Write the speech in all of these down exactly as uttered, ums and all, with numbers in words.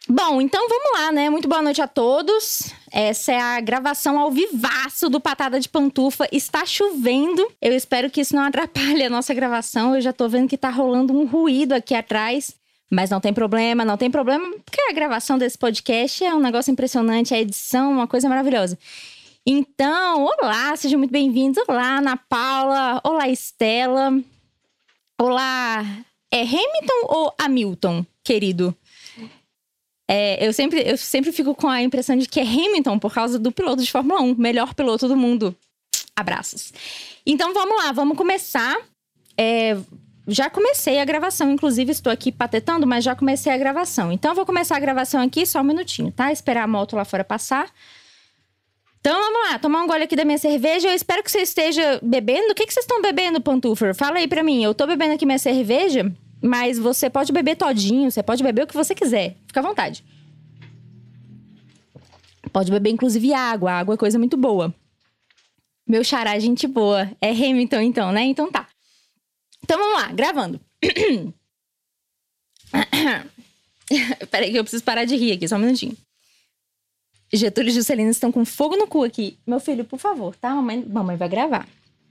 Bom, então vamos lá, né? Muito boa noite a todos. Essa é a gravação ao vivaço do Patada de Pantufa. Está chovendo. Eu espero que isso não atrapalhe a nossa gravação. Eu já tô vendo que tá rolando um ruído aqui atrás. Mas não tem problema, não tem problema, porque a gravação desse podcast é um negócio impressionante. A edição é uma coisa maravilhosa. Então, olá, sejam muito bem-vindos. Olá, Ana Paula. Olá, Estela. Olá, é Hamilton ou Hamilton, querido? É, eu, sempre, eu sempre fico com a impressão de que é Hamilton por causa do piloto de Fórmula um. Melhor piloto do mundo. Abraços. Então vamos lá, vamos começar. É, já comecei a gravação, inclusive estou aqui patetando, mas já comecei a gravação. Então eu vou começar a gravação aqui só um minutinho, tá? Esperar a moto lá fora passar. Então vamos lá, tomar um gole aqui da minha cerveja. Eu espero que você esteja bebendo. O que, que vocês estão bebendo, Pantufer? Fala aí pra mim. Eu tô bebendo aqui minha cerveja... Mas você pode beber todinho, você pode beber o que você quiser. Fica à vontade. Pode beber, inclusive, água. A água é coisa muito boa. Meu xará, gente boa. É Hamilton, então, né? Então tá. Então vamos lá, gravando. Peraí que eu preciso parar de rir aqui, só um minutinho. Getúlio e Juscelino estão com fogo no cu aqui. Meu filho, por favor, tá? Mamãe, mamãe vai gravar.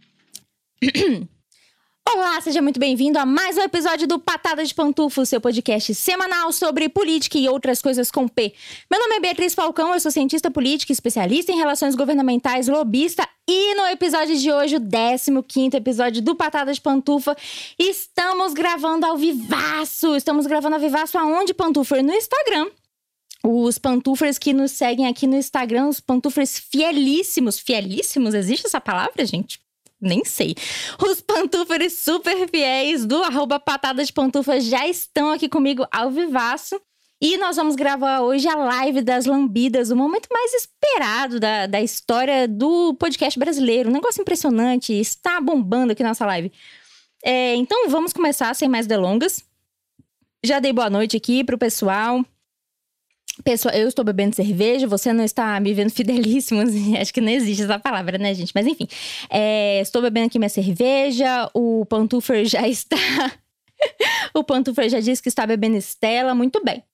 Olá, seja muito bem-vindo a mais um episódio do Patada de Pantufa, seu podcast semanal sobre política e outras coisas com P. Meu nome é Beatriz Falcão, eu sou cientista política, especialista em relações governamentais, lobista, e no episódio de hoje, o décimo quinto episódio do Patada de Pantufa, estamos gravando ao vivaço. Estamos gravando ao vivaço aonde, Pantufer? No Instagram. Os pantufers que nos seguem aqui no Instagram, os pantufers fielíssimos. Fielíssimos? Existe essa palavra, gente? Nem sei. Os pantufers super fiéis do arroba Patada de Pantufa já estão aqui comigo ao vivaço. E nós vamos gravar hoje a live das lambidas, o momento mais esperado da, da história do podcast brasileiro. Um negócio impressionante, está bombando aqui nossa live. É, então vamos começar sem mais delongas. Já dei boa noite aqui pro pessoal. Pessoal, eu estou bebendo cerveja, você não está me vendo fidelíssimos. Acho que não existe essa palavra, né, gente? Mas enfim, é, estou bebendo aqui minha cerveja. O Pantufer já está... o Pantufer já disse que está bebendo Estela. Muito bem.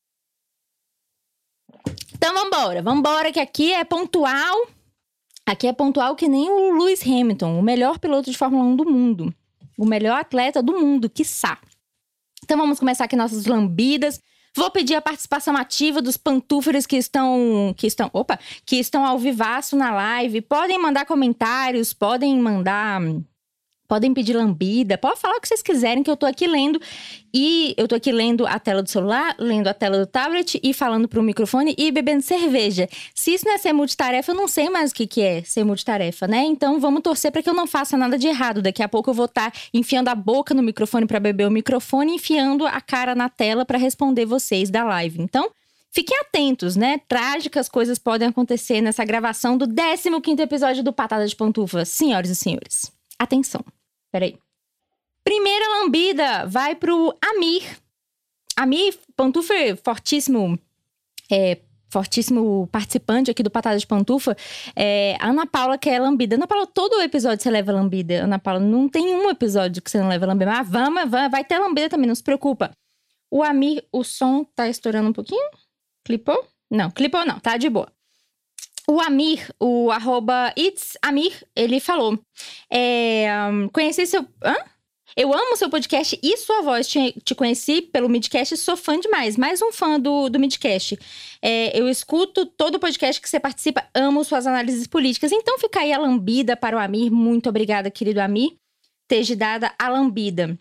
Então vambora, vambora, que aqui é pontual. Aqui é pontual que nem o Lewis Hamilton, o melhor piloto de Fórmula um do mundo. O melhor atleta do mundo, quiçá. Então vamos começar aqui nossas lambidas. Vou pedir a participação ativa dos pantúferes que estão, que estão, opa, que estão ao vivaço na live. Podem mandar comentários, podem mandar, podem pedir lambida, pode falar o que vocês quiserem, que eu tô aqui lendo. E eu tô aqui lendo a tela do celular, lendo a tela do tablet e falando pro microfone e bebendo cerveja. Se isso não é ser multitarefa, eu não sei mais o que, que é ser multitarefa, né? Então vamos torcer para que eu não faça nada de errado. Daqui a pouco eu vou estar tá enfiando a boca no microfone para beber o microfone e enfiando a cara na tela para responder vocês da live. Então, fiquem atentos, né? Trágicas coisas podem acontecer nessa gravação do décimo quinto episódio do Patada de Pantufa. Senhoras e senhores, atenção. Peraí. Primeira lambida vai pro Amir. Amir, pantufer fortíssimo, é, fortíssimo participante aqui do Patada de Pantufa. É, a Ana Paula quer lambida. Ana Paula, todo episódio você leva lambida. Ana Paula, não tem um episódio que você não leva lambida. Mas vamos, vamos, vai ter lambida também, não se preocupa. O Amir, o som tá estourando um pouquinho? Clipou? Não, clipou não, tá de boa. O Amir, o arroba It's Amir, ele falou. É, um, conheci seu... Hã? Eu amo seu podcast e sua voz. Te, te conheci pelo Midcast, sou fã demais. Mais um fã do, do Midcast. É, eu escuto todo o podcast que você participa, amo suas análises políticas. Então fica aí a lambida para o Amir. Muito obrigada, querido Amir, ter dado a lambida.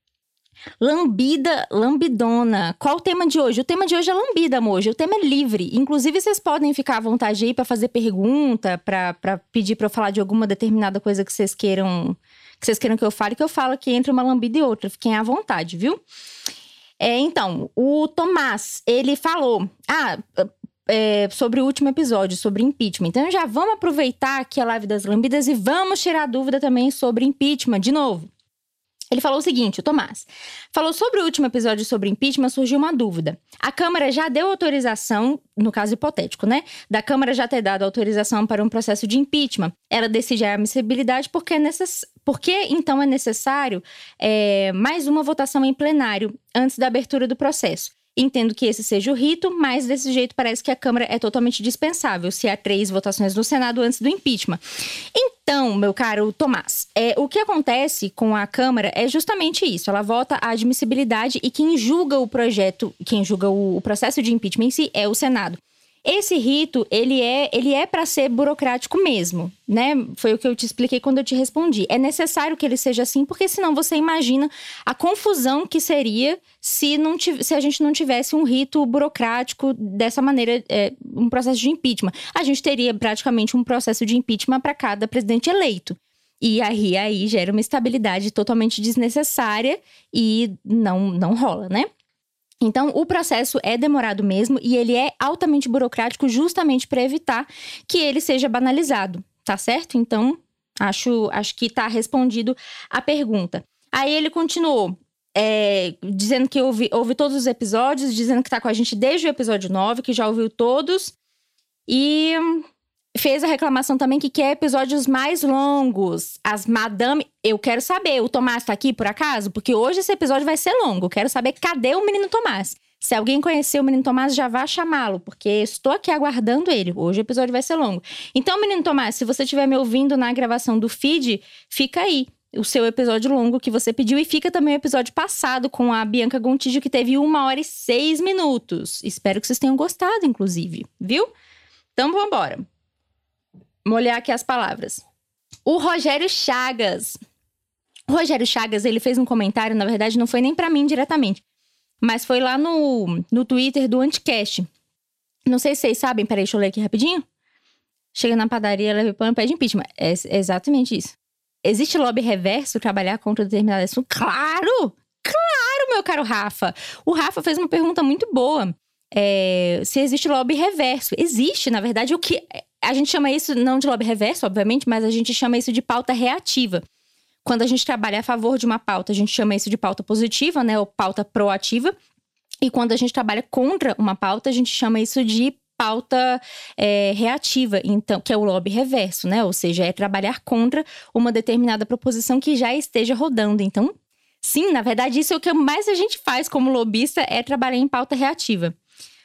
Lambida, lambidona. Qual o tema de hoje? O tema de hoje é lambida, amor. O tema é livre. Inclusive, vocês podem ficar à vontade aí para fazer pergunta, para pedir para eu falar de alguma determinada coisa que vocês queiram... que vocês queiram que eu fale, que eu falo que entre uma lambida e outra. Fiquem à vontade, viu? É, então, o Tomás, ele falou... Ah, é, sobre o último episódio, sobre impeachment. Então, já vamos aproveitar aqui a live das lambidas e vamos tirar dúvida também sobre impeachment, de novo. Ele falou o seguinte, o Tomás. Falou sobre o último episódio sobre impeachment, surgiu uma dúvida. A Câmara já deu autorização, no caso hipotético, né? Da Câmara já ter dado autorização para um processo de impeachment. Ela decide a admissibilidade porque, é necess... porque então é necessário é, mais uma votação em plenário antes da abertura do processo. Entendo que esse seja o rito, mas desse jeito parece que a Câmara é totalmente dispensável, se há três votações no Senado antes do impeachment. Então, meu caro Tomás, é, o que acontece com a Câmara é justamente isso. Ela vota a admissibilidade e quem julga o projeto, quem julga o, o processo de impeachment em si é o Senado. Esse rito, ele é, ele é para ser burocrático mesmo, né? Foi o que eu te expliquei quando eu te respondi. É necessário que ele seja assim, porque senão você imagina a confusão que seria se, não tiv- se a gente não tivesse um rito burocrático dessa maneira, é, um processo de impeachment. A gente teria praticamente um processo de impeachment para cada presidente eleito. E aí, aí gera uma estabilidade totalmente desnecessária e não, não rola, né? Então, o processo é demorado mesmo e ele é altamente burocrático justamente para evitar que ele seja banalizado, tá certo? Então, acho, acho que tá respondido a pergunta. Aí ele continuou, é, dizendo que ouve, ouve todos os episódios, dizendo que tá com a gente desde o episódio nove, que já ouviu todos. E fez a reclamação também que quer episódios mais longos. As madame... Eu quero saber, o Tomás tá aqui por acaso? Porque hoje esse episódio vai ser longo. Eu quero saber cadê o menino Tomás. Se alguém conhecer o menino Tomás, já vá chamá-lo, porque estou aqui aguardando ele. Hoje o episódio vai ser longo. Então, menino Tomás, se você estiver me ouvindo na gravação do feed, fica aí o seu episódio longo que você pediu. E fica também o episódio passado com a Bianca Gontijo, que teve uma hora e seis minutos. Espero que vocês tenham gostado, inclusive, viu? Então, vamos embora. Molhar aqui as palavras. O Rogério Chagas. O Rogério Chagas, ele fez um comentário, na verdade, não foi nem pra mim diretamente, mas foi lá no, no Twitter do Anticast. Não sei se vocês sabem, peraí, deixa eu ler aqui rapidinho. Chega na padaria, leva pão e pede impeachment. É exatamente isso. Existe lobby reverso trabalhar contra determinado assunto? Claro! Claro, meu caro Rafa! O Rafa fez uma pergunta muito boa. É, se existe lobby reverso. Existe, na verdade, o que... A gente chama isso não de lobby reverso, obviamente, mas a gente chama isso de pauta reativa. Quando a gente trabalha a favor de uma pauta, a gente chama isso de pauta positiva, né? Ou pauta proativa. E quando a gente trabalha contra uma pauta, a gente chama isso de pauta é, reativa, então, que é o lobby reverso, né? Ou seja, é trabalhar contra uma determinada proposição que já esteja rodando. Então, sim, na verdade, isso é o que mais a gente faz como lobista, é trabalhar em pauta reativa.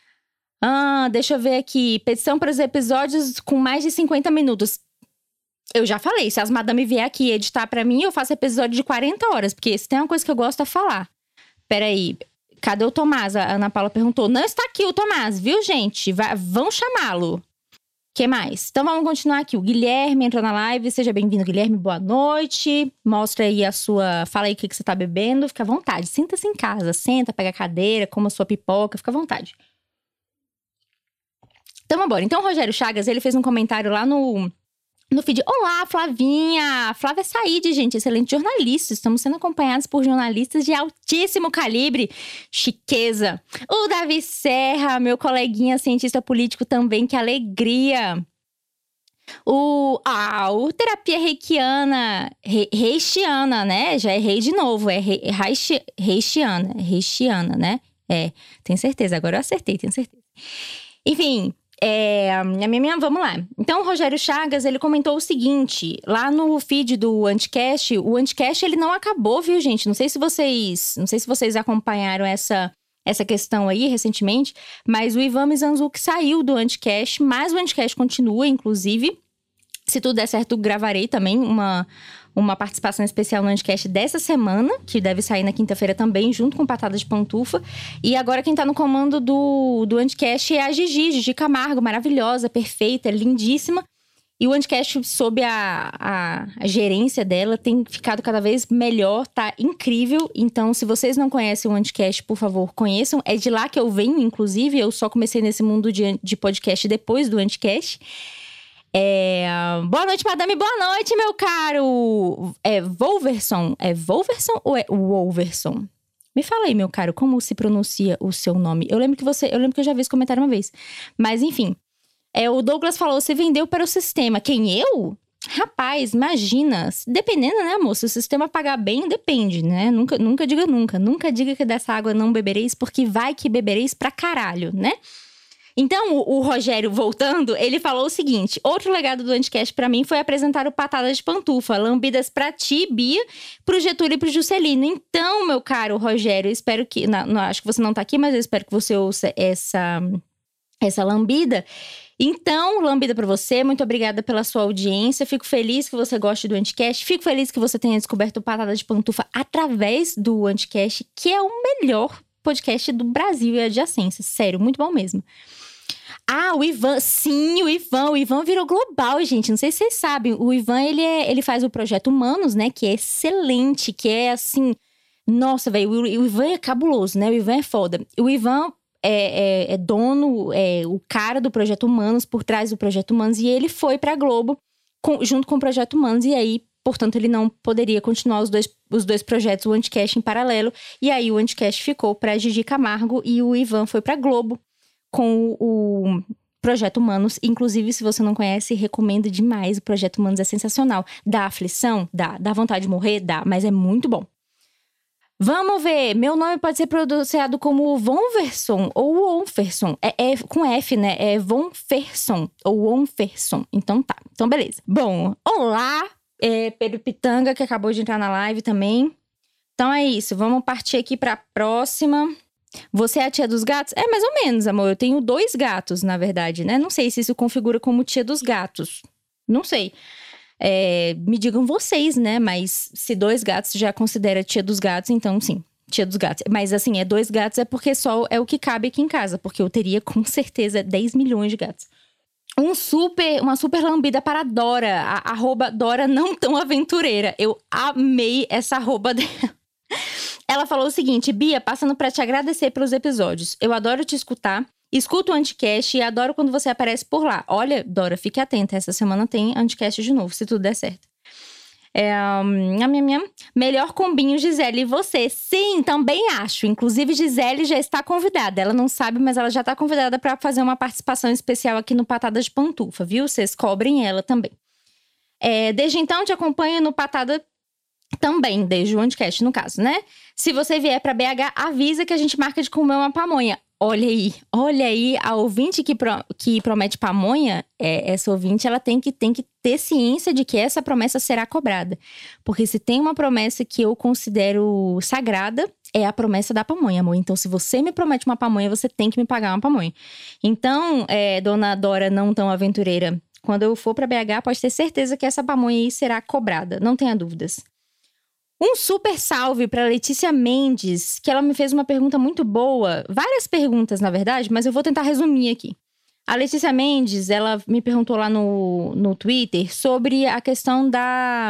Ah, deixa eu ver aqui. Petição para os episódios com mais de cinquenta minutos. Eu já falei, se as madame vier aqui editar pra mim, eu faço episódio de quarenta horas. Porque se tem uma coisa que eu gosto é falar. Peraí, cadê o Tomás? A Ana Paula perguntou. Não está aqui o Tomás, viu, gente? Vai, vão chamá-lo. O que mais? Então vamos continuar aqui. O Guilherme entrou na live. Seja bem-vindo, Guilherme. Boa noite. Mostra aí a sua... Fala aí o que, que você tá bebendo. Fica à vontade. Sinta-se em casa. Senta, pega a cadeira, coma a sua pipoca. Fica à vontade. Então, vamos embora. Então, o Rogério Chagas, ele fez um comentário lá no, no feed. Olá, Flavinha! Flávia Said, gente, excelente jornalista. Estamos sendo acompanhados por jornalistas de altíssimo calibre. Chiqueza. O Davi Serra, meu coleguinha cientista político também, que alegria. O, ah, o Terapia Reikiana, Re, Reichiana, né? Já errei de novo, é Re, Reichi, Reichiana, Reichiana, né? É, tenho certeza, agora eu acertei, tenho certeza. Enfim... É, a minha, vamos lá. Então, o Rogério Chagas, ele comentou o seguinte, lá no feed do Anticast, o Anticast, ele não acabou, viu, gente? Não sei se vocês, não sei se vocês acompanharam essa, essa questão aí recentemente, mas o Ivan Mizanzuki saiu do Anticast, mas o Anticast continua, inclusive. Se tudo der certo, gravarei também uma, uma participação especial no Anticast dessa semana, que deve sair na quinta-feira também, junto com Patada de Pantufa. E agora quem tá no comando do, do Anticast é a Gigi, Gigi Camargo, maravilhosa, perfeita, lindíssima. E o Anticast, sob a, a, a gerência dela, tem ficado cada vez melhor, tá incrível. Então, se vocês não conhecem o Anticast, por favor, conheçam. É de lá que eu venho, inclusive, eu só comecei nesse mundo de, de podcast depois do Anticast. É... Boa noite, madame, boa noite, meu caro. É Wolverson? É Wolverson ou é Wolverson? Me fala aí, meu caro, como se pronuncia o seu nome? Eu lembro que você, eu lembro que eu já vi esse comentário uma vez. Mas, enfim. É, o Douglas falou, você vendeu para o sistema. Quem, eu? Rapaz, imagina. Dependendo, né, amor? Se o sistema pagar bem, depende, né? Nunca, nunca diga nunca. Nunca diga que dessa água não bebereis, porque vai que bebereis pra caralho, né? Então, o, o Rogério, voltando, ele falou o seguinte: outro legado do Anticast pra mim foi apresentar o Patada de Pantufa, lambidas pra ti, Bia, pro Getúlio e pro Juscelino. Então, meu caro Rogério, eu espero que... Não, não, acho que você não tá aqui, mas eu espero que você ouça essa, essa lambida. Então, lambida pra você, muito obrigada pela sua audiência. Fico feliz que você goste do Anticast. Fico feliz que você tenha descoberto o Patada de Pantufa através do Anticast, que é o melhor podcast do Brasil e adjacências. Sério, muito bom mesmo. Ah, o Ivan, sim, o Ivan, o Ivan virou global, gente, não sei se vocês sabem, o Ivan, ele, é, ele faz o Projeto Humanos, né, que é excelente, que é assim, nossa, velho, o, o Ivan é cabuloso, né, o Ivan é foda. O Ivan é, é, é dono, é o cara do Projeto Humanos, por trás do Projeto Humanos, e ele foi pra Globo com, junto com o Projeto Humanos, e aí, portanto, ele não poderia continuar os dois, os dois projetos, o Anticast em paralelo, e aí o Anticast ficou pra Gigi Camargo e o Ivan foi pra Globo com o Projeto Humanos. Inclusive, se você não conhece, recomendo demais. O Projeto Humanos é sensacional. Dá aflição? Dá. Dá vontade de morrer? Dá. Mas é muito bom. Vamos ver. Meu nome pode ser pronunciado como Vonferson ou Onferson. É, é com F, né? É Vonferson ou Onferson. Então tá. Então beleza. Bom, olá, é Pedro Pitanga, que acabou de entrar na live também. Então é isso. Vamos partir aqui pra próxima. Você é a tia dos gatos? É, mais ou menos, amor. Eu tenho dois gatos, na verdade, né? Não sei se isso configura como tia dos gatos. Não sei. É, me digam vocês, né? Mas se dois gatos já considera tia dos gatos, então sim, tia dos gatos. Mas assim, é dois gatos é porque só é o que cabe aqui em casa. Porque eu teria, com certeza, dez milhões de gatos. Um super, uma super lambida para a Dora. A arroba Dora não tão aventureira. Eu amei essa arroba dela. Ela falou o seguinte: Bia, passando pra te agradecer pelos episódios. Eu adoro te escutar, escuto o Anticast e adoro quando você aparece por lá. Olha, Dora, fique atenta, essa semana tem Anticast de novo, se tudo der certo. É, um, a minha, minha, melhor combinho, Gisele, e você? Sim, também acho. Inclusive, Gisele já está convidada. Ela não sabe, mas ela já está convidada para fazer uma participação especial aqui no Patada de Pantufa, viu? Vocês cobrem ela também. É, desde então, te acompanho no Patada também, desde o Anticast, no caso, né? Se você vier pra B H, avisa que a gente marca de comer uma pamonha. Olha aí, olha aí, a ouvinte que, pro, que promete pamonha, é, essa ouvinte, ela tem que, tem que ter ciência de que essa promessa será cobrada. Porque se tem uma promessa que eu considero sagrada, é a promessa da pamonha, amor. Então, se você me promete uma pamonha, você tem que me pagar uma pamonha. Então, é, dona Dora não tão aventureira, quando eu for pra B H, pode ter certeza que essa pamonha aí será cobrada, não tenha dúvidas. Um super salve para Letícia Mendes, que ela me fez uma pergunta muito boa. Várias perguntas, na verdade, mas eu vou tentar resumir aqui. A Letícia Mendes, ela me perguntou lá no, no Twitter sobre a questão da...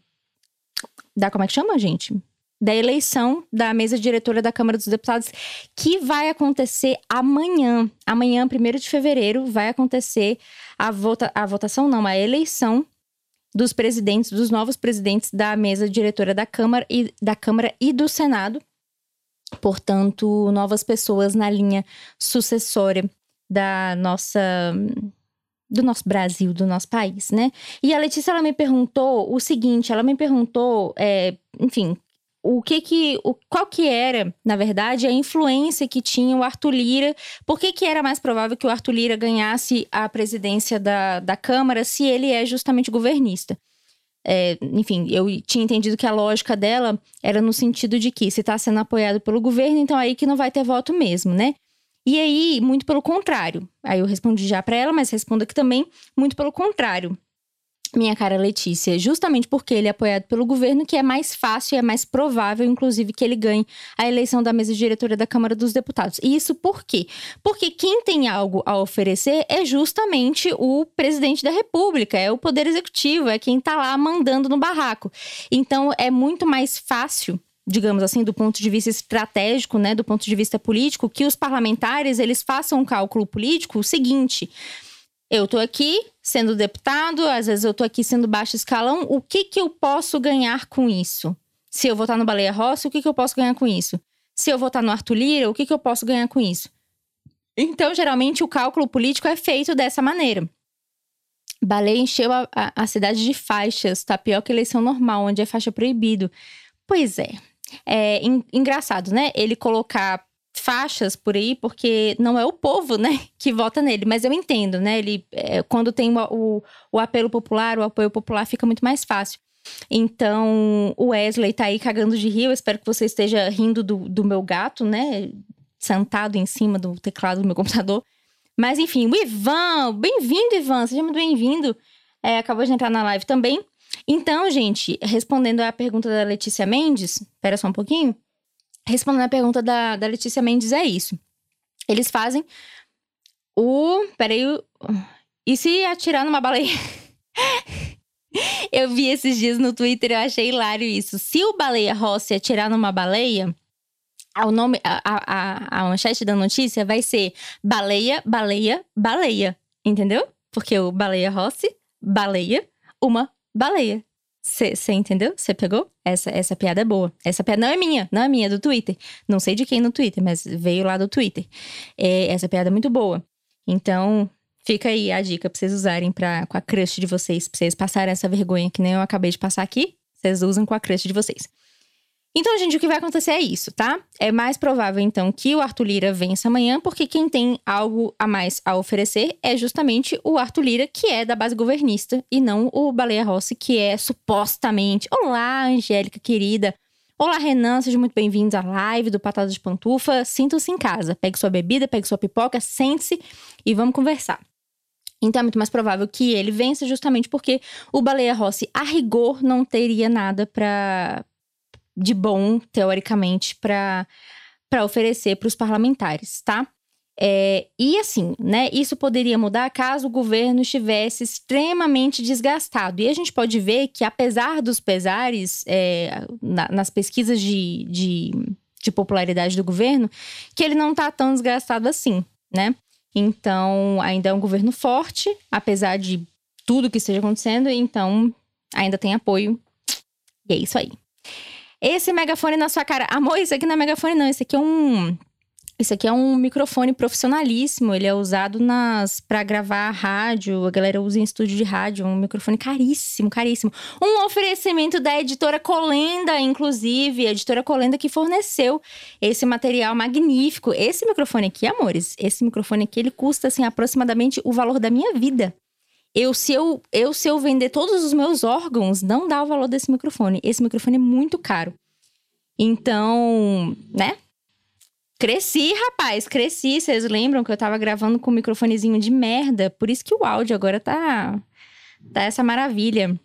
Da como é que chama, gente? Da eleição da mesa diretora da Câmara dos Deputados, que vai acontecer amanhã. Amanhã, primeiro de fevereiro, vai acontecer a, vota... a votação, não, a eleição dos presidentes, dos novos presidentes da mesa diretora da Câmara e, da Câmara e do Senado. Portanto, novas pessoas na linha sucessória da nossa, do nosso Brasil, do nosso país, né? E a Letícia, ela me perguntou o seguinte, ela me perguntou, é, enfim, o que que, o, qual que era, na verdade, a influência que tinha o Arthur Lira, por que que era mais provável que o Arthur Lira ganhasse a presidência da, da Câmara se ele é justamente governista. É, enfim, eu tinha entendido que a lógica dela era no sentido de que se está sendo apoiado pelo governo, então aí que não vai ter voto mesmo, né? E aí, muito pelo contrário. Aí eu respondi já para ela, mas respondo aqui também, muito pelo contrário. Minha cara Letícia, justamente porque ele é apoiado pelo governo, que é mais fácil e é mais provável, inclusive, que ele ganhe a eleição da mesa diretora da Câmara dos Deputados. E isso por quê? Porque quem tem algo a oferecer é justamente o presidente da República, é o Poder Executivo, é quem tá lá mandando no barraco. Então, é muito mais fácil, digamos assim, do ponto de vista estratégico, né, do ponto de vista político, que os parlamentares, eles façam um cálculo político o seguinte: eu tô aqui sendo deputado, às vezes eu tô aqui sendo baixo escalão, o que que eu posso ganhar com isso? Se eu votar no Baleia Rossi, o que que eu posso ganhar com isso? Se eu votar no Arthur Lira, o que que eu posso ganhar com isso? Então, geralmente, o cálculo político é feito dessa maneira. Baleia encheu a, a, a cidade de faixas, tá pior que eleição normal, onde é faixa proibido. Pois é, é en, engraçado, né? Ele colocar faixas por aí, porque não é o povo, né, que vota nele. Mas eu entendo, né? Ele, é, quando tem o, o, o apelo popular, o apoio popular, fica muito mais fácil. Então, o Wesley tá aí cagando de rir. Eu espero que você esteja rindo do, do meu gato, né? Sentado em cima do teclado do meu computador. Mas, enfim, o Ivan, bem-vindo, Ivan. Seja muito bem-vindo. É, acabou de entrar na live também. Então, gente, respondendo à pergunta da Letícia Mendes, espera só um pouquinho. Respondendo à pergunta da, da Letícia Mendes, é isso. Eles fazem o... Peraí. O, e se atirar numa baleia? Eu vi esses dias no Twitter, eu achei hilário isso. Se o Baleia Rossi atirar numa baleia, o nome, a, a, a manchete da notícia vai ser baleia, baleia, baleia. Entendeu? Porque o Baleia Rossi, baleia, uma baleia. Você entendeu? Você pegou? Essa, essa piada é boa. Essa piada não é minha, não é minha, é do Twitter. Não sei de quem no Twitter, mas veio lá do Twitter. É, essa piada é muito boa. Então... Fica aí a dica pra vocês usarem pra, com a crush de vocês. Pra vocês passarem essa vergonha que nem eu acabei de passar aqui. Vocês usam com a crush de vocês. Então, gente, o que vai acontecer é isso, tá? É mais provável, então, que o Arthur Lira vença amanhã. Porque quem tem algo a mais a oferecer é justamente o Arthur Lira, que é da base governista. E não o Baleia Rossi, que é supostamente... Olá, Angélica, querida. Olá, Renan. Sejam muito bem-vindos à live do Patada de Pantufa. Sintam-se em casa. Pegue sua bebida, pegue sua pipoca, sente-se e vamos conversar. Então é muito mais provável que ele vença justamente porque o Baleia Rossi, a rigor, não teria nada pra, de bom, teoricamente, para oferecer para os parlamentares, tá? É, e assim, né, isso poderia mudar caso o governo estivesse extremamente desgastado. E a gente pode ver que, apesar dos pesares é, na, nas pesquisas de, de, de popularidade do governo, que ele não tá tão desgastado assim, né? Então, ainda é um governo forte, apesar de tudo que esteja acontecendo. Então, ainda tem apoio. E é isso aí. Esse megafone na sua cara. Amor, isso aqui não é megafone, não. Esse aqui é um... Esse aqui é um microfone profissionalíssimo. Ele é usado nas para gravar rádio. A galera usa em estúdio de rádio. Um microfone caríssimo, caríssimo. Um oferecimento da editora Colenda, inclusive. A editora Colenda que forneceu esse material magnífico. Esse microfone aqui, amores, esse microfone aqui, ele custa, assim, aproximadamente o valor da minha vida. Eu se eu, eu, se eu vender todos os meus órgãos, não dá o valor desse microfone. Esse microfone é muito caro. Então, né? Cresci, rapaz, cresci. Vocês lembram que eu tava gravando com um microfonezinho de merda? Por isso que o áudio agora tá, tá essa maravilha.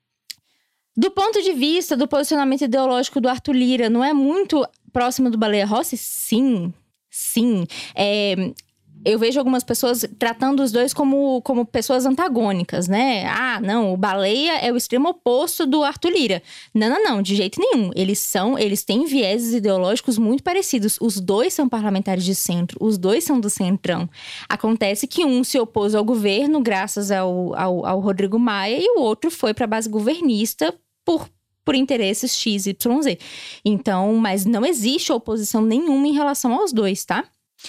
Do ponto de vista do posicionamento ideológico do Arthur Lira, não é muito próximo do Baleia Rossi? Sim, sim. É... Eu vejo algumas pessoas tratando os dois como, como pessoas antagônicas, né? Ah, não, o Baleia é o extremo oposto do Arthur Lira. Não, não, não, de jeito nenhum. Eles são, eles têm vieses ideológicos muito parecidos. Os dois são parlamentares de centro, os dois são do centrão. Acontece que um se opôs ao governo graças ao, ao, ao Rodrigo Maia e o outro foi para a base governista por, por interesses X Y Z. Então, mas não existe oposição nenhuma em relação aos dois, tá?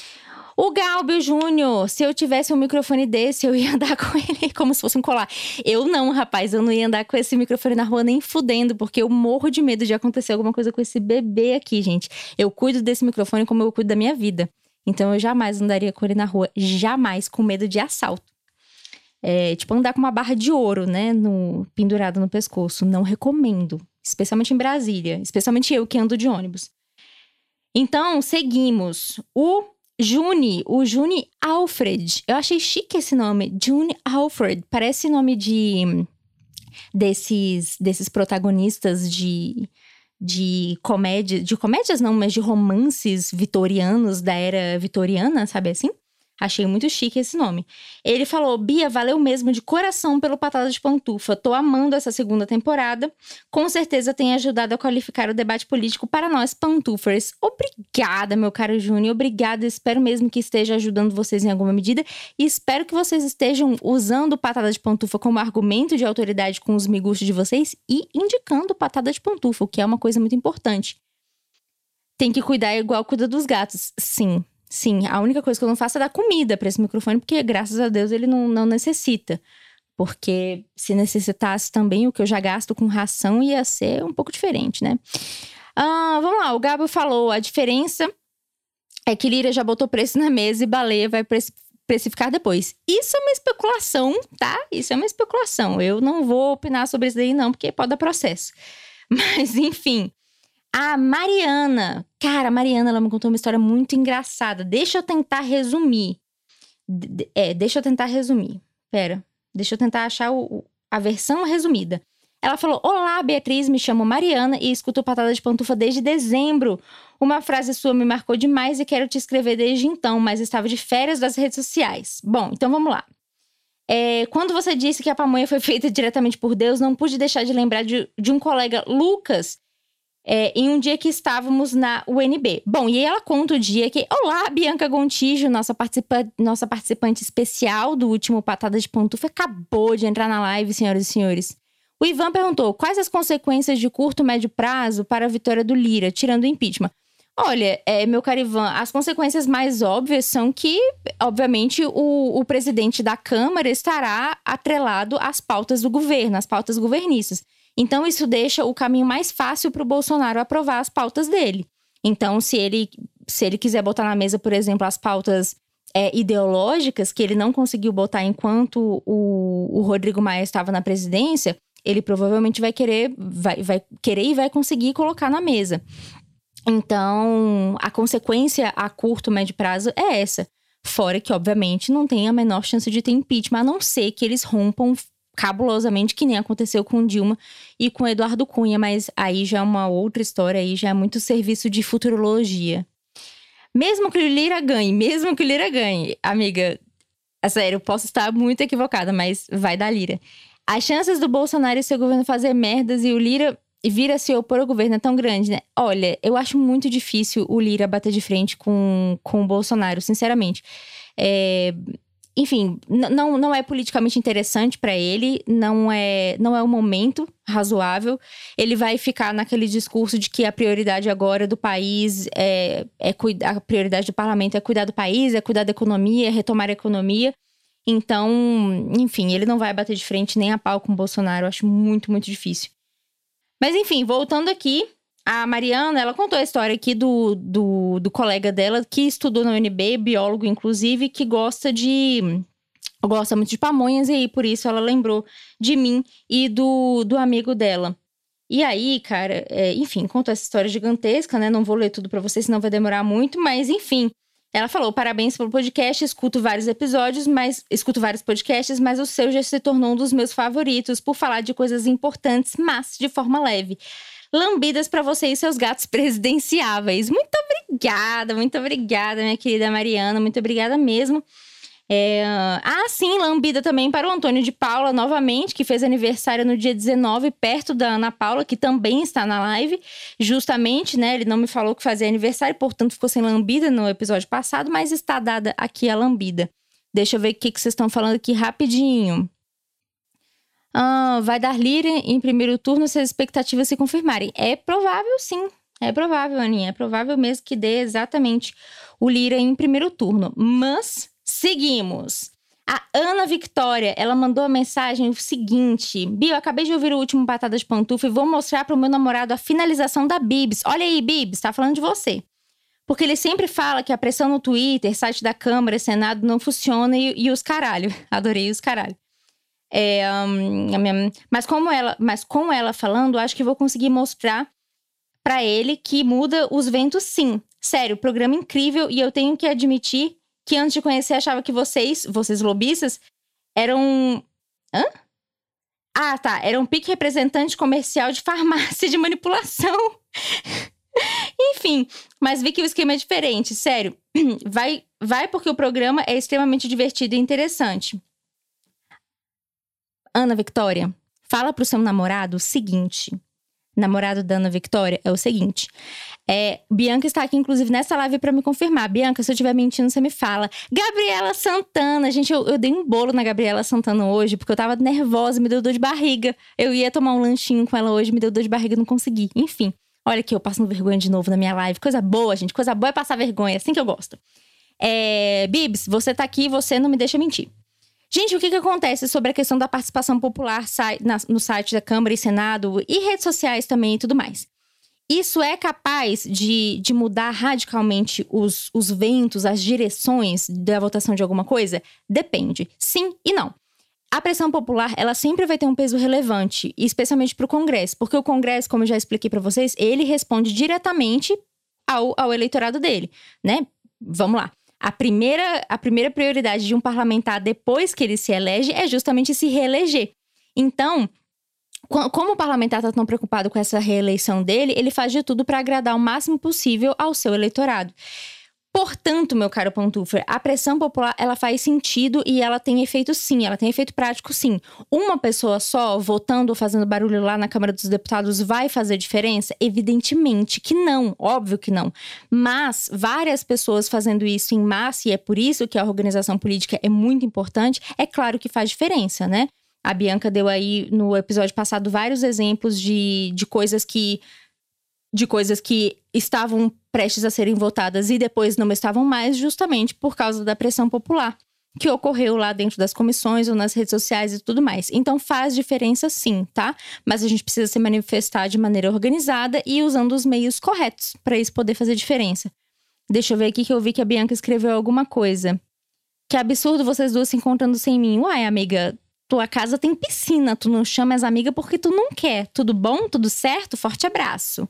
O Galbio Júnior, se eu tivesse um microfone desse, eu ia andar com ele como se fosse um colar. Eu não, rapaz, eu não ia andar com esse microfone na rua nem fudendo, porque eu morro de medo de acontecer alguma coisa com esse bebê aqui, gente. Eu cuido desse microfone como eu cuido da minha vida. Então eu jamais andaria com ele na rua, jamais, com medo de assalto. É tipo andar com uma barra de ouro, né, no, pendurada no pescoço. Não recomendo, especialmente em Brasília, especialmente eu que ando de ônibus. Então, seguimos. O Juni, o Juni Alfred. Eu achei chique esse nome, Juni Alfred. Parece nome de desses, desses protagonistas de, de comédia, de comédias não, mas de romances vitorianos da era vitoriana, sabe assim? Achei muito chique esse nome. Ele falou, Bia, valeu mesmo de coração pelo Patada de Pantufa. Tô amando essa segunda temporada. Com certeza tem ajudado a qualificar o debate político para nós, pantufers. Obrigada, meu caro Júnior. Obrigada. Espero mesmo que esteja ajudando vocês em alguma medida. E espero que vocês estejam usando o Patada de Pantufa como argumento de autoridade com os miguxos de vocês e indicando Patada de Pantufa, o que é uma coisa muito importante. Tem que cuidar igual cuida dos gatos. Sim. Sim, a única coisa que eu não faço é dar comida para esse microfone, porque graças a Deus ele não, não necessita. Porque se necessitasse também, o que eu já gasto com ração ia ser um pouco diferente, né? Ah, vamos lá, o Gabo falou a diferença é que Lira já botou preço na mesa e Baleia vai precificar depois. Isso é uma especulação, tá? Isso é uma especulação. Eu não vou opinar sobre isso daí, não, porque pode dar processo. Mas, enfim. A Mariana. Cara, a Mariana, ela me contou uma história muito engraçada. Deixa eu tentar resumir. D- é, deixa eu tentar resumir. Pera. Deixa eu tentar achar o, a versão resumida. Ela falou: olá, Beatriz, me chamo Mariana e escuto Patada de Pantufa desde dezembro. Uma frase sua me marcou demais e quero te escrever desde então, mas estava de férias das redes sociais. Bom, então vamos lá. É, quando você disse que a pamonha foi feita diretamente por Deus, não pude deixar de lembrar de, de um colega, Lucas, é, em um dia que estávamos na U N B. Bom, e aí ela conta o dia que... Olá, Bianca Gontijo, nossa, participa, nossa participante especial do último Patada de Pantufa, acabou de entrar na live, senhoras e senhores. O Ivan perguntou: quais as consequências de curto e médio prazo para a vitória do Lira, tirando o impeachment? Olha, é, meu caro Ivan, as consequências mais óbvias são que, obviamente, o, o presidente da Câmara estará atrelado às pautas do governo, às pautas governistas. Então, isso deixa o caminho mais fácil para o Bolsonaro aprovar as pautas dele. Então, se ele, se ele quiser botar na mesa, por exemplo, as pautas é, ideológicas que ele não conseguiu botar enquanto o, o Rodrigo Maia estava na presidência, ele provavelmente vai querer, vai, vai querer e vai conseguir colocar na mesa. Então, a consequência a curto, médio prazo é essa. Fora que, obviamente, não tem a menor chance de ter impeachment, a não ser que eles rompam cabulosamente, que nem aconteceu com Dilma e com Eduardo Cunha. Mas aí já é uma outra história, aí já é muito serviço de futurologia. Mesmo que o Lira ganhe, mesmo que o Lira ganhe, amiga, é sério, eu posso estar muito equivocada, mas vai dar Lira. As chances do Bolsonaro e seu governo fazer merdas e o Lira vir a se opor ao governo é tão grande, né? Olha, eu acho muito difícil o Lira bater de frente com, com o Bolsonaro, sinceramente. É, enfim, n- não, não é politicamente interessante pra ele, não é, não é um momento razoável. Ele vai ficar naquele discurso de que a prioridade agora do país é, é cuidar, a prioridade do parlamento é cuidar do país, é cuidar da economia, é retomar a economia. Então, enfim, ele não vai bater de frente nem a pau com o Bolsonaro, eu acho muito, muito difícil. Mas enfim, voltando aqui, a Mariana, ela contou a história aqui do, do, do colega dela, que estudou na U N B, biólogo inclusive, que gosta de... gosta muito de pamonhas, e aí por isso ela lembrou de mim e do, do amigo dela. E aí, cara, é, enfim, contou essa história gigantesca, né? Não vou ler tudo pra vocês, senão vai demorar muito, mas enfim... Ela falou: parabéns pelo podcast, escuto vários episódios, mas escuto vários podcasts, mas o seu já se tornou um dos meus favoritos por falar de coisas importantes, mas de forma leve. Lambidas pra você e seus gatos presidenciáveis. Muito obrigada, muito obrigada, minha querida Mariana, muito obrigada mesmo. É... Ah, sim, lambida também para o Antônio de Paula, novamente, que fez aniversário no dia dezenove, perto da Ana Paula, que também está na live. Justamente, né, ele não me falou que fazia aniversário, portanto ficou sem lambida no episódio passado, mas está dada aqui a lambida. Deixa eu ver o que, que vocês estão falando aqui rapidinho. Ah, vai dar Lira em primeiro turno se as expectativas se confirmarem. É provável, sim. É provável, Aninha. É provável mesmo que dê exatamente o Lira em primeiro turno. Mas... seguimos. A Ana Victória, ela mandou a mensagem o seguinte: Bi, eu acabei de ouvir o último Patada de Pantufa e vou mostrar pro meu namorado a finalização da Bibs. Olha aí, Bibs, tá falando de você. Porque ele sempre fala que a pressão no Twitter, site da Câmara, Senado não funciona e, e os caralho. Adorei os caralho. É, um, a minha, mas, como ela, mas com ela falando, acho que vou conseguir mostrar pra ele que muda os ventos sim. Sério, programa incrível, e eu tenho que admitir que antes de conhecer achava que vocês, vocês lobistas, eram... Hã? Ah, tá. Eram um pique representante comercial de farmácia de manipulação. Enfim, mas vi que o esquema é diferente. Sério, vai, vai porque o programa é extremamente divertido e interessante. Ana Victória, fala pro seu namorado o seguinte... namorado da Ana Victória, é o seguinte. É, Bianca está aqui, inclusive, nessa live pra me confirmar. Bianca, se eu estiver mentindo, você me fala. Gabriela Santana. Gente, eu, eu dei um bolo na Gabriela Santana hoje, porque eu tava nervosa, me deu dor de barriga. Eu ia tomar um lanchinho com ela hoje, me deu dor de barriga e não consegui. Enfim, olha aqui, eu passando vergonha de novo na minha live. Coisa boa, gente. Coisa boa é passar vergonha, assim que eu gosto. É, Bibs, você tá aqui, você não me deixa mentir. Gente, o que que acontece sobre a questão da participação popular no site da Câmara e Senado e redes sociais também e tudo mais? Isso é capaz de, de mudar radicalmente os, os ventos, as direções da votação de alguma coisa? Depende. Sim e não. A pressão popular, ela sempre vai ter um peso relevante, especialmente para o Congresso. Porque o Congresso, como eu já expliquei para vocês, ele responde diretamente ao, ao eleitorado dele, né? Vamos lá. A primeira, a primeira prioridade de um parlamentar depois que ele se elege é justamente se reeleger. Então, como o parlamentar está tão preocupado com essa reeleição dele, ele faz de tudo para agradar o máximo possível ao seu eleitorado. Portanto, meu caro Pantufa, a pressão popular, ela faz sentido e ela tem efeito sim, ela tem efeito prático sim. Uma pessoa só votando ou fazendo barulho lá na Câmara dos Deputados vai fazer diferença? Evidentemente que não, óbvio que não. Mas várias pessoas fazendo isso em massa, e é por isso que a organização política é muito importante, é claro que faz diferença, né? A Bianca deu aí no episódio passado vários exemplos de, de coisas que... de coisas que estavam prestes a serem votadas e depois não estavam mais, justamente por causa da pressão popular que ocorreu lá dentro das comissões ou nas redes sociais e tudo mais. Então faz diferença sim, tá? Mas a gente precisa se manifestar de maneira organizada e usando os meios corretos para isso poder fazer diferença. Deixa eu ver aqui que eu vi que a Bianca escreveu alguma coisa. Que absurdo vocês duas se encontrando sem mim. Uai, amiga, tua casa tem piscina, tu não chama as amigas porque tu não quer. Tudo bom? Tudo certo? Forte abraço.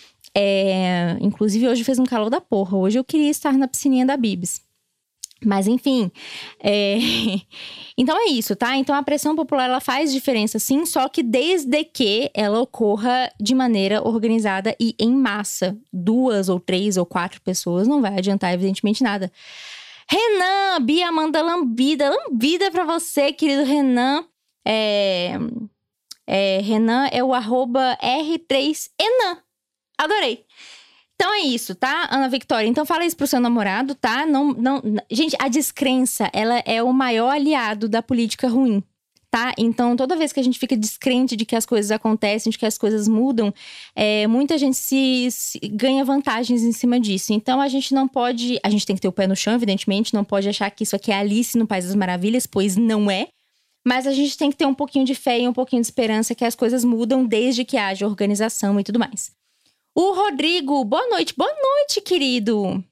É, inclusive, hoje fez um calor da porra. Hoje eu queria estar na piscininha da Bibs. Mas, enfim. É... Então, é isso, tá? Então, a pressão popular, ela faz diferença, sim. Só que desde que ela ocorra de maneira organizada e em massa. Duas ou três ou quatro pessoas não vai adiantar, evidentemente, nada. Renan, Bia manda lambida. Lambida pra você, querido Renan. É... É, Renan é o arroba R três Enan. Adorei. Então é isso, tá, Ana Victoria? Então fala isso pro seu namorado, tá? Não, não... Gente, a descrença, ela é o maior aliado da política ruim, tá? Então toda vez que a gente fica descrente de que as coisas acontecem, de que as coisas mudam, é, muita gente se, se ganha vantagens em cima disso. Então a gente não pode... A gente tem que ter o pé no chão, evidentemente. Não pode achar que isso aqui é Alice no País das Maravilhas, pois não é. Mas a gente tem que ter um pouquinho de fé e um pouquinho de esperança que as coisas mudam desde que haja organização e tudo mais. O Rodrigo, boa noite. Boa noite, querido.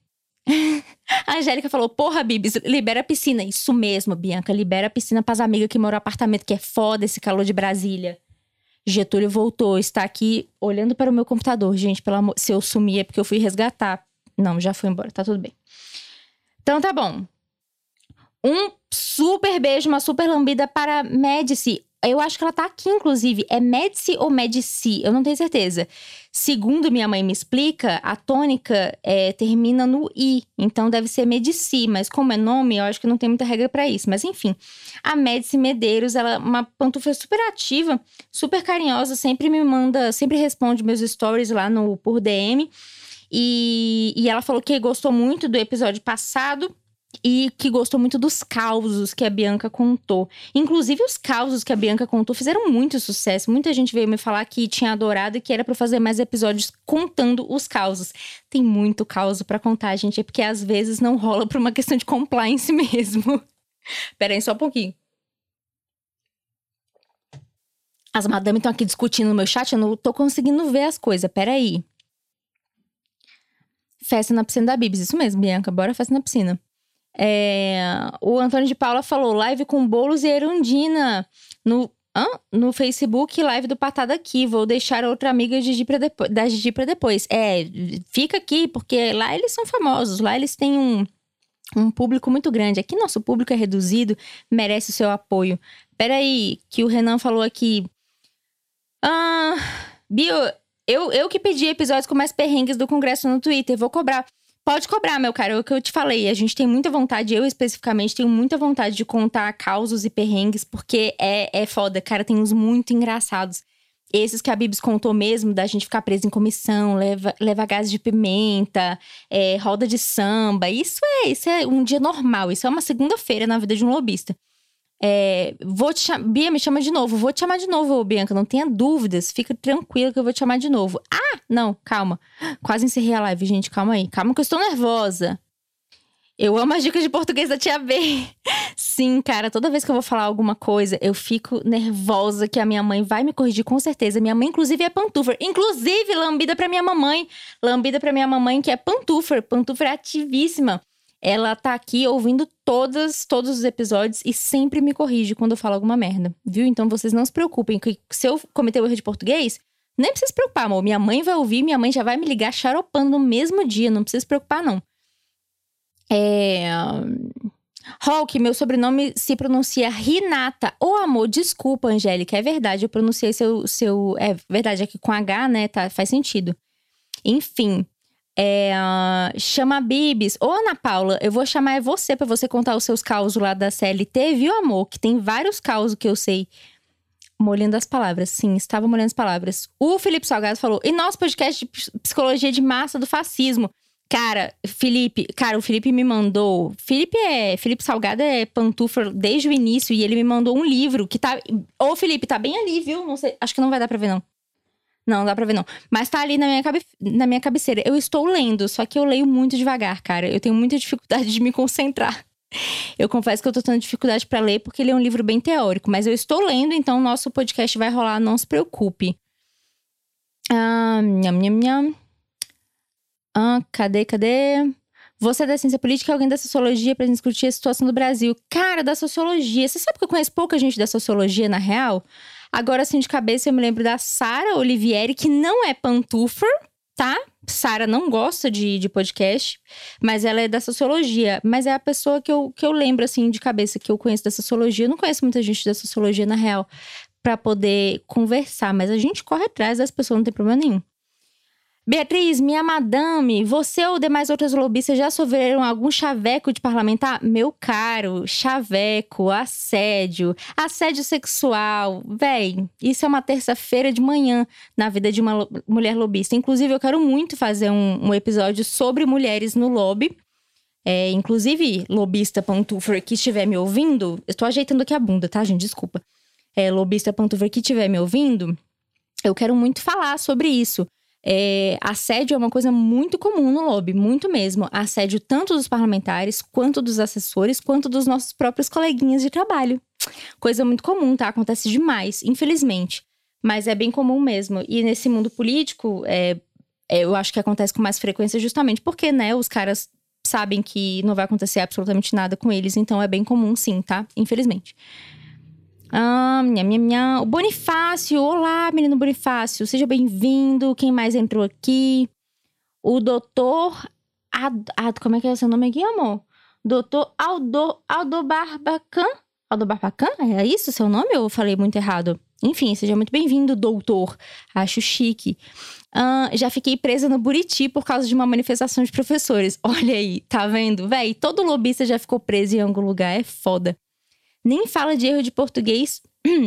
A Angélica falou, porra, Bibis, libera a piscina. Isso mesmo, Bianca, libera a piscina pras amigas que moram no apartamento, que é foda esse calor de Brasília. Getúlio voltou, está aqui olhando para o meu computador. Gente, pelo amor, se eu sumir é porque eu fui resgatar. Não, já foi embora, tá tudo bem. Então tá bom. Um super beijo, uma super lambida para Médici. Eu acho que ela tá aqui, inclusive. É Médici ou Medici? Eu não tenho certeza. Segundo minha mãe me explica, a tônica é, termina no I. Então deve ser Medici. Mas como é nome, eu acho que não tem muita regra pra isso. Mas enfim. A Médici Medeiros, ela é uma pantufa super ativa, super carinhosa. Sempre me manda, sempre responde meus stories lá no, por D M. E, e ela falou que gostou muito do episódio passado. E que gostou muito dos causos que a Bianca contou. Inclusive, os causos que a Bianca contou fizeram muito sucesso. Muita gente veio me falar que tinha adorado e que era pra fazer mais episódios contando os causos. Tem muito causo pra contar, gente. É porque às vezes não rola por uma questão de compliance mesmo. Pera aí, só um pouquinho. As madames estão aqui discutindo no meu chat. Eu não tô conseguindo ver as coisas. Pera aí. Festa na piscina da Bibs. Isso mesmo, Bianca. Bora festa na piscina. É, o Antônio de Paula falou, live com Boulos e Erundina no, hã? no Facebook, live do Patada aqui. Vou deixar outra amiga Gigi pra depois, da Gigi pra depois. É, fica aqui, porque lá eles são famosos, lá eles têm um, um público muito grande. Aqui nosso público é reduzido, merece o seu apoio. Peraí, que o Renan falou aqui. Ah, Bio, eu, eu que pedi episódios com mais perrengues do Congresso no Twitter, vou cobrar. Pode cobrar, meu cara, é o que eu te falei. A gente tem muita vontade, eu especificamente tenho muita vontade de contar causos e perrengues, porque é, é foda, cara, tem uns muito engraçados. Esses que a Bibs contou mesmo, da gente ficar preso em comissão, leva, leva gás de pimenta, é, roda de samba. Isso é, isso é um dia normal, isso é uma segunda-feira na vida de um lobista. É, vou te chamar, Bia, me chama de novo. Vou te chamar de novo, Bianca, não tenha dúvidas. Fica tranquila que eu vou te chamar de novo. Ah, não, calma. Quase encerrei a live, gente, calma aí. Calma que eu estou nervosa. Eu amo as dicas de português da Tia B. Sim, cara, toda vez que eu vou falar alguma coisa, eu fico nervosa que a minha mãe vai me corrigir com certeza. Minha mãe, inclusive, é pantufer. Inclusive, lambida pra minha mamãe. Lambida pra minha mamãe, que é pantufer. Pantufer é ativíssima. Ela tá aqui ouvindo todas, todos os episódios e sempre me corrige quando eu falo alguma merda, viu? Então, vocês não se preocupem, que se eu cometer o erro de português, nem precisa se preocupar, amor. Minha mãe vai ouvir, minha mãe já vai me ligar xaropando no mesmo dia. Não precisa se preocupar, não. É... Hulk, meu sobrenome se pronuncia Renata. Ô, amor, desculpa, Angélica. É verdade, eu pronunciei seu... seu... É verdade, aqui com H, né? Tá, faz sentido. Enfim. É, uh, chama Bibis. Ô, Ana Paula, eu vou chamar é você pra você contar os seus causos lá da C L T, viu, amor? Que tem vários causos que eu sei. Molhando as palavras. Sim, estava molhando as palavras. O Felipe Salgado falou, e nosso podcast de psicologia de massa do fascismo. Cara, Felipe, cara, o Felipe me mandou. Felipe é. Felipe Salgado é pantufa desde o início e ele me mandou um livro que tá. Ô, Felipe, tá bem ali, viu? Não sei. Acho que não vai dar pra ver, não. Não, não dá pra ver, não. Mas tá ali na minha, cabe... na minha cabeceira. Eu estou lendo, só que eu leio muito devagar, cara. Eu tenho muita dificuldade de me concentrar. Eu confesso que eu tô tendo dificuldade pra ler, porque ele é um livro bem teórico. Mas eu estou lendo, então o nosso podcast vai rolar, não se preocupe. Ah, nham, nham, nham. Ah, cadê, cadê? Você é da ciência política e alguém da sociologia pra gente discutir a situação do Brasil. Cara, da sociologia. Você sabe que eu conheço pouca gente da sociologia, na real? Agora, assim, de cabeça, eu me lembro da Sara Olivieri, que não é pantufer, tá? Sara não gosta de, de podcast, mas ela é da sociologia. Mas é a pessoa que eu, que eu lembro, assim, de cabeça, que eu conheço da sociologia. Eu não conheço muita gente da sociologia, na real, pra poder conversar. Mas a gente corre atrás das pessoas, não tem problema nenhum. Beatriz, minha madame, você ou demais outras lobistas já sofreram algum chaveco de parlamentar? Meu caro, chaveco, assédio, assédio sexual, véi, isso é uma terça-feira de manhã na vida de uma lo- mulher lobista. Inclusive, eu quero muito fazer um, um episódio sobre mulheres no lobby. É, inclusive, lobista pantufer que estiver me ouvindo, eu tô ajeitando aqui a bunda, tá, gente? Desculpa. É, lobista pantufer que estiver me ouvindo, eu quero muito falar sobre isso. É, assédio é uma coisa muito comum no lobby, muito mesmo. Assédio tanto dos parlamentares, quanto dos assessores, quanto dos nossos próprios coleguinhas de trabalho. Coisa muito comum, tá? Acontece demais, infelizmente. Mas é bem comum mesmo. E nesse mundo político, é, é, eu acho que acontece com mais frequência justamente porque, né, os caras sabem que não vai acontecer absolutamente nada com eles. Então é bem comum sim, tá? Infelizmente. Ah, minha, minha, minha. O Bonifácio, olá, menino Bonifácio, seja bem-vindo. Quem mais entrou aqui? O doutor Ad, Ad, como é que é o seu nome aqui, amor? Doutor Aldo, Aldo Barbacan? Aldo Barbacan? É isso o seu nome ou eu falei muito errado? Enfim, seja muito bem-vindo, doutor. Acho chique. Ah, já fiquei presa no Buriti por causa de uma manifestação de professores. Olha aí, tá vendo? Véi, todo lobista já ficou preso em algum lugar, é foda. Nem fala de erro de português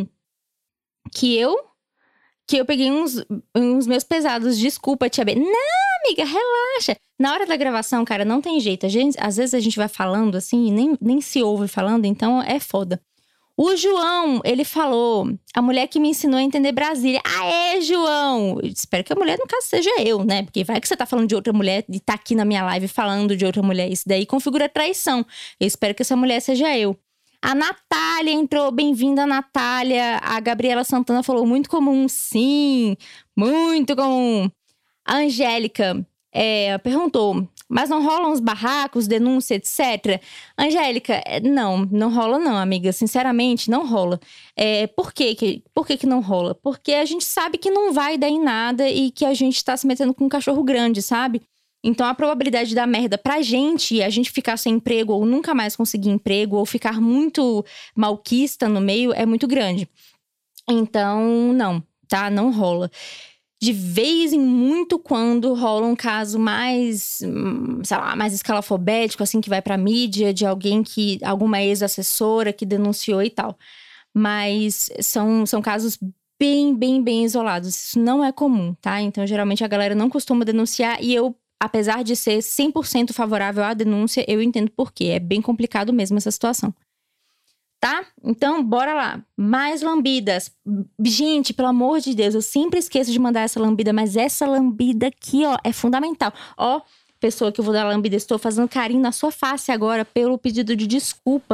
que eu que eu peguei uns, uns meus pesados. Desculpa, tia B. Não, amiga, relaxa. Na hora da gravação, cara, não tem jeito. A gente, às vezes a gente vai falando assim e nem, nem se ouve falando, então é foda. O João, ele falou, a mulher que me ensinou a entender Brasília. Ah, é, João? Eu espero que a mulher, no caso, seja eu, né? Porque vai que você tá falando de outra mulher e tá aqui na minha live falando de outra mulher. Isso daí configura traição. Eu espero que essa mulher seja eu. A Natália entrou, bem-vinda, Natália. A Gabriela Santana falou, muito comum, sim, muito comum. A Angélica é, perguntou, mas não rolam os barracos, denúncia, etcétera? Angélica, não, não rola não, amiga, sinceramente, não rola. É, por quê? Que, por que que não rola? Porque a gente sabe que não vai dar em nada e que a gente tá se metendo com um cachorro grande, sabe? Então, a probabilidade de dar merda pra gente, a gente ficar sem emprego ou nunca mais conseguir emprego ou ficar muito malquista no meio é muito grande. Então, não, tá? Não rola. De vez em muito quando rola um caso mais, sei lá, mais escalafobético, assim, que vai pra mídia, de alguém que, alguma ex-assessora que denunciou e tal. Mas são, são casos bem, bem, bem isolados. Isso não é comum, tá? Então, geralmente, a galera não costuma denunciar e eu, apesar de ser cem por cento favorável à denúncia, eu entendo por quê. É bem complicado mesmo essa situação. Tá? Então, bora lá. Mais lambidas. Gente, pelo amor de Deus, eu sempre esqueço de mandar essa lambida, mas essa lambida aqui, ó, é fundamental. Ó, pessoa que eu vou dar lambida, estou fazendo carinho na sua face agora pelo pedido de desculpa.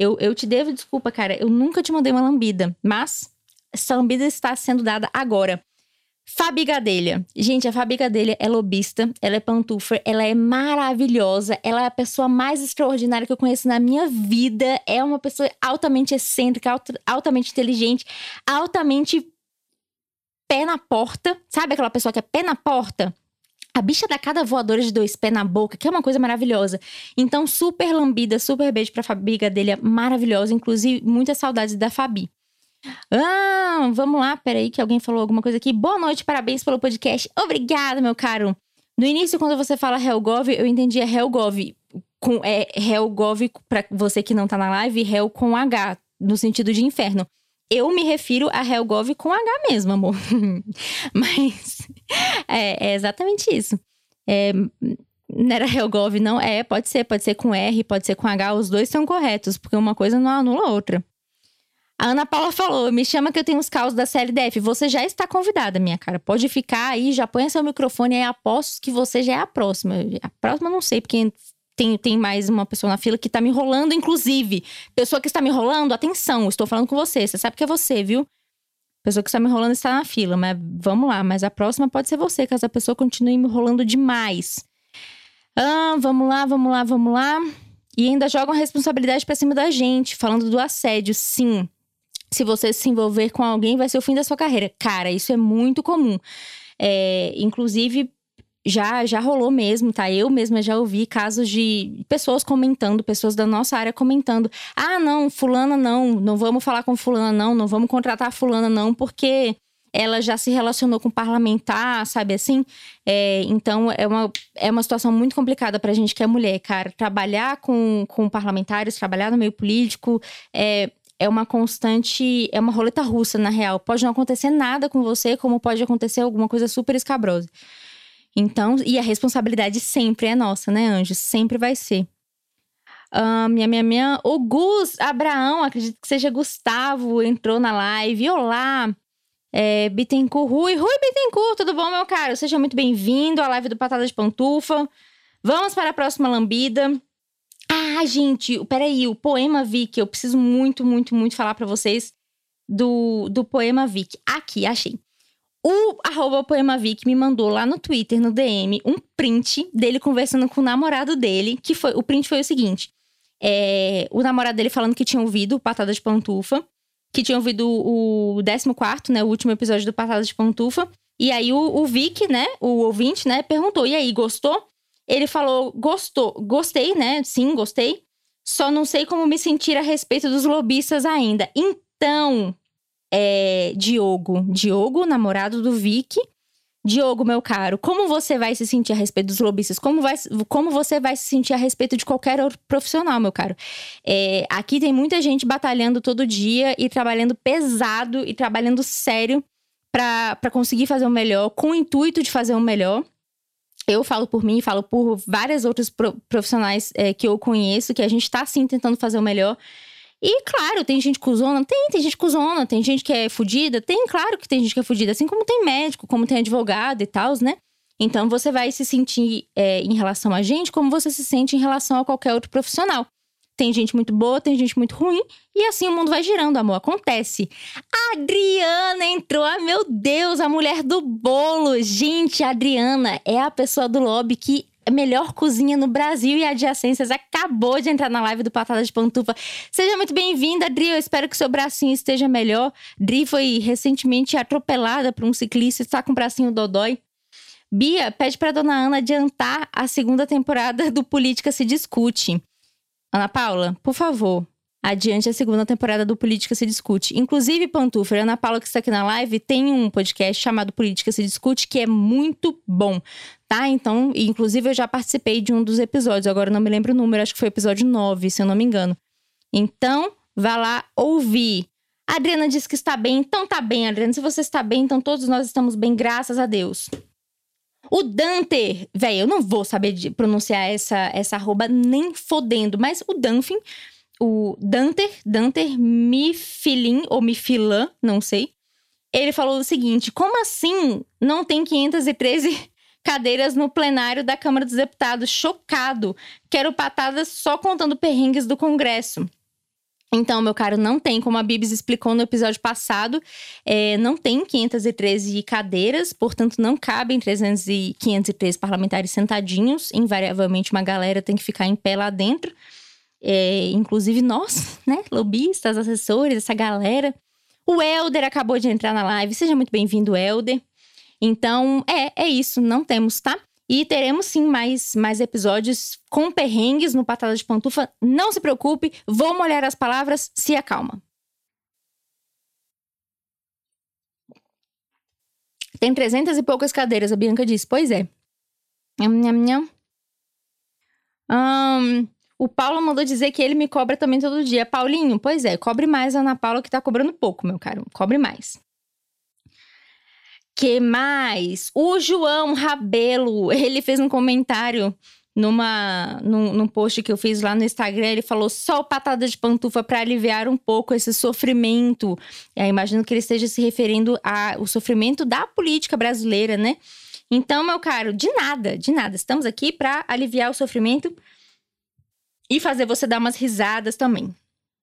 Eu, eu te devo desculpa, cara. Eu nunca te mandei uma lambida. Mas essa lambida está sendo dada agora. Fabi Gadelha. Gente, a Fabi Gadelha é lobista, ela é pantufa, ela é maravilhosa, ela é a pessoa mais extraordinária que eu conheço na minha vida. É uma pessoa altamente excêntrica, alt, altamente inteligente, altamente pé na porta. Sabe aquela pessoa que é pé na porta? A bicha dá cada voadora de dois pés na boca, que é uma coisa maravilhosa. Então, super lambida, super beijo pra Fabi Gadelha, maravilhosa. Inclusive, muitas saudades da Fabi. Ah, vamos lá, peraí que alguém falou alguma coisa aqui. Boa noite, parabéns pelo podcast. Obrigada, meu caro. No início, quando você fala Helgov, eu entendia Helgov com é, Helgov, pra você que não tá na live, Hel com H, no sentido de inferno. Eu me refiro a Helgov com H mesmo, amor. Mas é, é exatamente isso. É, não era Helgov, não? É, pode ser, pode ser com R, pode ser com H, os dois são corretos, porque uma coisa não anula a outra. A Ana Paula falou, me chama que eu tenho os causos da C L D F. Você já está convidada, minha cara. Pode ficar aí, já põe seu microfone aí, aposto que você já é a próxima. A próxima não sei, porque tem, tem mais uma pessoa na fila que tá me enrolando, inclusive. Pessoa que está me enrolando, atenção, estou falando com você. Você sabe que é você, viu? Pessoa que está me enrolando está na fila, mas vamos lá. Mas a próxima pode ser você, caso a pessoa continue me enrolando demais. Ah, vamos lá, vamos lá, vamos lá. E ainda jogam a responsabilidade pra cima da gente, falando do assédio, sim. Se você se envolver com alguém, vai ser o fim da sua carreira. Cara, isso é muito comum. É, inclusive, já, já rolou mesmo, tá? Eu mesma já ouvi casos de pessoas comentando, pessoas da nossa área comentando. Ah, não, fulana não, não vamos falar com fulana não, não vamos contratar fulana não, porque ela já se relacionou com parlamentar, sabe assim? É, então, é uma, é uma situação muito complicada pra gente que é mulher, cara. Trabalhar com, com parlamentares, trabalhar no meio político, é... É uma constante, é uma roleta russa, na real. Pode não acontecer nada com você, como pode acontecer alguma coisa super escabrosa. Então, e a responsabilidade sempre é nossa, né, Anjo? Sempre vai ser. Um, minha, minha, minha... O Gus Abraão, acredito que seja Gustavo, entrou na live. Olá, é, Bittencourt, Rui. Rui Bittencourt, tudo bom, meu caro? Seja muito bem-vindo à live do Patada de Pantufa. Vamos para a próxima lambida. Ah, gente, peraí, o Poema Vic, eu preciso muito, muito, muito falar pra vocês do, do Poema Vic. Aqui, achei. O arroba Poema Vic me mandou lá no Twitter, no D M, um print dele conversando com o namorado dele, que foi, o print foi o seguinte, é, o namorado dele falando que tinha ouvido o Patada de Pantufa, que tinha ouvido o décimo quarto, né, o último episódio do Patada de Pantufa, e aí o, o Vic, né, o ouvinte, né, perguntou, e aí, gostou? Ele falou, gostou, gostei, né? Sim, gostei. Só não sei como me sentir a respeito dos lobistas ainda. Então, é, Diogo, Diogo, namorado do Vic. Diogo, meu caro, como você vai se sentir a respeito dos lobistas? Como, vai, como você vai se sentir a respeito de qualquer outro profissional, meu caro? É, aqui tem muita gente batalhando todo dia e trabalhando pesado e trabalhando sério pra, pra conseguir fazer o melhor, com o intuito de fazer o melhor. Eu falo por mim, falo por várias outras profissionais é, que eu conheço, que a gente tá, sim, tentando fazer o melhor. E, claro, tem gente cuzona? Tem, tem gente cuzona. Tem gente que é fudida? Tem, claro que tem gente que é fudida. Assim como tem médico, como tem advogado e tal, né? Então, você vai se sentir é, em relação a gente como você se sente em relação a qualquer outro profissional. Tem gente muito boa, tem gente muito ruim. E assim o mundo vai girando, amor. Acontece. A Adriana entrou. Ah, meu Deus, a mulher do bolo. Gente, a Adriana é a pessoa do lobby que é melhor cozinha no Brasil e adjacências. Acabou de entrar na live do Patada de Pantufa. Seja muito bem-vinda, Adri. Eu espero que o seu bracinho esteja melhor. Dri foi recentemente atropelada por um ciclista e está com o bracinho dodói. Bia, pede pra dona Ana adiantar a segunda temporada do Política se Discute. Ana Paula, por favor, adiante a segunda temporada do Política se Discute. Inclusive, Pantufa, Ana Paula que está aqui na live, tem um podcast chamado Política se Discute, que é muito bom, tá? Então, inclusive eu já participei de um dos episódios, agora eu não me lembro o número, acho que foi o episódio nove, se eu não me engano. Então, vá lá ouvir. A Adriana disse que está bem, então tá bem, Adriana. Se você está bem, então todos nós estamos bem, graças a Deus. O Dante, velho, eu não vou saber de pronunciar essa, essa arroba nem fodendo, mas o Danfin, o Dante, Dante Mifilin ou Mifilan, não sei, ele falou o seguinte, como assim não tem quinhentas e treze cadeiras no plenário da Câmara dos Deputados? Chocado, quero patadas só contando perrengues do Congresso. Então, meu caro, não tem, como a Bibs explicou no episódio passado, é, não tem quinhentas e treze cadeiras, portanto não cabem trezentos e quinhentos e treze parlamentares sentadinhos. Invariavelmente uma galera tem que ficar em pé lá dentro, é, inclusive nós, né, lobistas, assessores, essa galera. O Helder acabou de entrar na live, seja muito bem-vindo, Helder. Então, é, é isso, não temos, tá? E teremos sim mais, mais episódios com perrengues no Patada de Pantufa. Não se preocupe, vou molhar as palavras, se acalma. Tem trezentas e poucas cadeiras, a Bianca disse. Pois é. Nham, um, o Paulo mandou dizer que ele me cobra também todo dia. Paulinho, pois é, cobre mais a Ana Paula que tá cobrando pouco, meu caro. Cobre mais. Que mais? O João Rabelo, ele fez um comentário numa, num, num post que eu fiz lá no Instagram. Ele falou só patada de pantufa para aliviar um pouco esse sofrimento. Eu imagino que ele esteja se referindo ao sofrimento da política brasileira, né? Então, meu caro, de nada, de nada. Estamos aqui para aliviar o sofrimento e fazer você dar umas risadas também.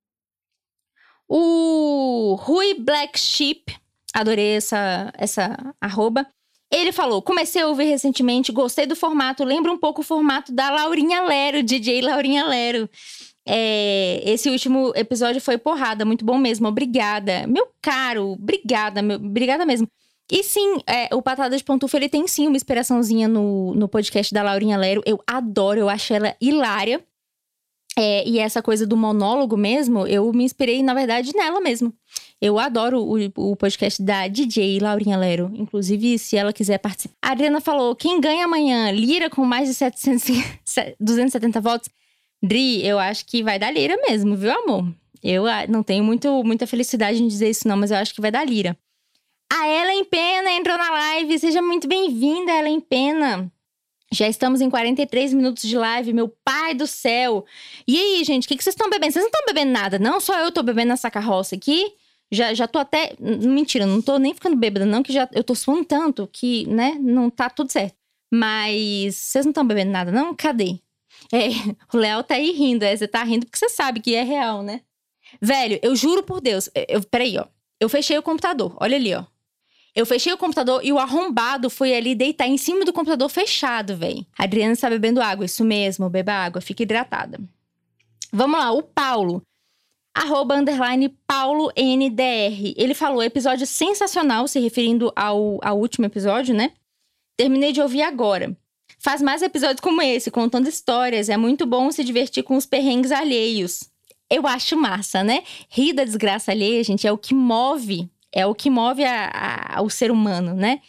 O Rui Black Sheep, adorei essa, essa arroba. Ele falou, comecei a ouvir recentemente, gostei do formato, lembra um pouco o formato da Laurinha Lero, D J Laurinha Lero. É, esse último episódio foi porrada, muito bom mesmo, obrigada. Meu caro, obrigada, meu, obrigada mesmo. E sim, é, o Patada de Pantufa, ele tem sim uma inspiraçãozinha no, no podcast da Laurinha Lero. Eu adoro, eu acho ela hilária. É, e essa coisa do monólogo mesmo, eu me inspirei, na verdade, nela mesmo. Eu adoro o, o podcast da D J Laurinha Lero. Inclusive, se ela quiser participar. A Adriana falou, quem ganha amanhã? Lira com mais de setecentos, duzentos e setenta votos? Dri, eu acho que vai dar Lira mesmo, viu, amor? Eu não tenho muito, muita felicidade em dizer isso não, mas eu acho que vai dar Lira. A Ellen Pena entrou na live. Seja muito bem-vinda, Ellen Pena. Já estamos em quarenta e três minutos de live, meu pai do céu. E aí, gente, o que, que vocês estão bebendo? Vocês não estão bebendo nada, não? Só eu tô bebendo essa carroça aqui. Já, já tô até... Mentira, não tô nem ficando bêbada, não, que já eu tô suando tanto que, né, não tá tudo certo. Mas vocês não estão bebendo nada, não? Cadê? É, o Léo tá aí rindo, é, você tá rindo porque você sabe que é real, né? Velho, eu juro por Deus, eu, peraí, ó. Eu fechei o computador, olha ali, ó. Eu fechei o computador e o arrombado foi ali deitar em cima do computador fechado, velho. A Adriana está bebendo água, isso mesmo, beba água, fique hidratada. Vamos lá, o Paulo. Arroba, underline, Paulo N D R. Ele falou, episódio sensacional, se referindo ao, ao último episódio, né? Terminei de ouvir agora. Faz mais episódios como esse, contando histórias. É muito bom se divertir com os perrengues alheios. Eu acho massa, né? Rir da desgraça alheia, gente, é o que move... É o que move a, a, o ser humano, né?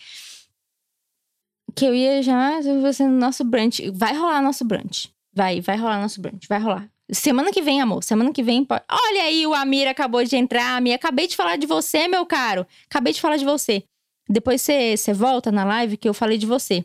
Que eu ia já... Você no nosso brunch. Vai rolar nosso brunch. Vai, vai rolar nosso brunch. Vai rolar. Semana que vem, amor. Semana que vem pode... Olha aí, o Amir acabou de entrar. Amir, acabei de falar de você, meu caro. Acabei de falar de você. Depois você, você volta na live que eu falei de você.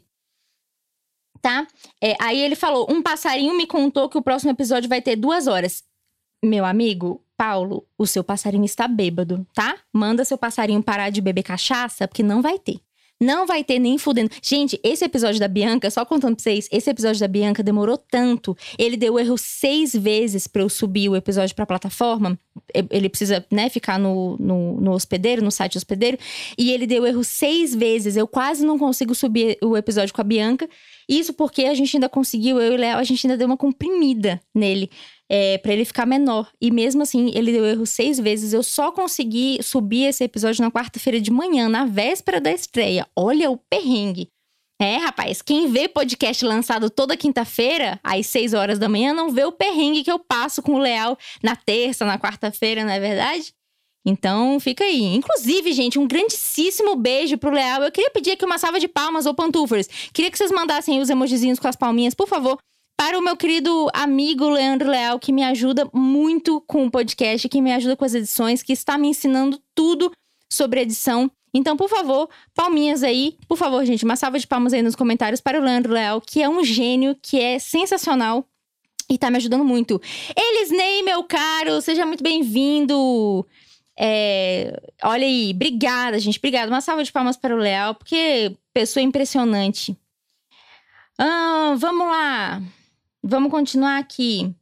Tá? É, aí ele falou, um passarinho me contou que o próximo episódio vai ter duas horas. Meu amigo... Paulo, o seu passarinho está bêbado, tá? Manda seu passarinho parar de beber cachaça, porque não vai ter. Não vai ter nem fudendo. Gente, esse episódio da Bianca, só contando pra vocês, esse episódio da Bianca demorou tanto. Ele deu erro seis vezes pra eu subir o episódio pra plataforma. Ele precisa, né, ficar no, no, no hospedeiro, no site hospedeiro. E ele deu erro seis vezes. Eu quase não consigo subir o episódio com a Bianca. Isso porque a gente ainda conseguiu, eu e o Léo, a gente ainda deu uma comprimida nele. É, pra ele ficar menor. E mesmo assim, ele deu erro seis vezes. Eu só consegui subir esse episódio na quarta-feira de manhã, na véspera da estreia. Olha o perrengue. É, rapaz, quem vê podcast lançado toda quinta-feira, às seis horas da manhã, não vê o perrengue que eu passo com o Leal na terça, na quarta-feira, não é verdade? Então, fica aí. Inclusive, gente, um grandíssimo beijo pro Leal. Eu queria pedir aqui uma salva de palmas ou pantufas. Queria que vocês mandassem os emojizinhos com as palminhas, por favor. Para o meu querido amigo Leandro Leal, que me ajuda muito com o podcast, que me ajuda com as edições, que está me ensinando tudo sobre edição. Então, por favor, palminhas aí. Por favor, gente, uma salva de palmas aí nos comentários para o Leandro Leal, que é um gênio, que é sensacional e tá me ajudando muito. Elisnei, meu caro, seja muito bem-vindo. É, olha aí, obrigada, gente, obrigada. Uma salva de palmas para o Leal, porque pessoa impressionante. Ah, vamos lá. Vamos continuar aqui.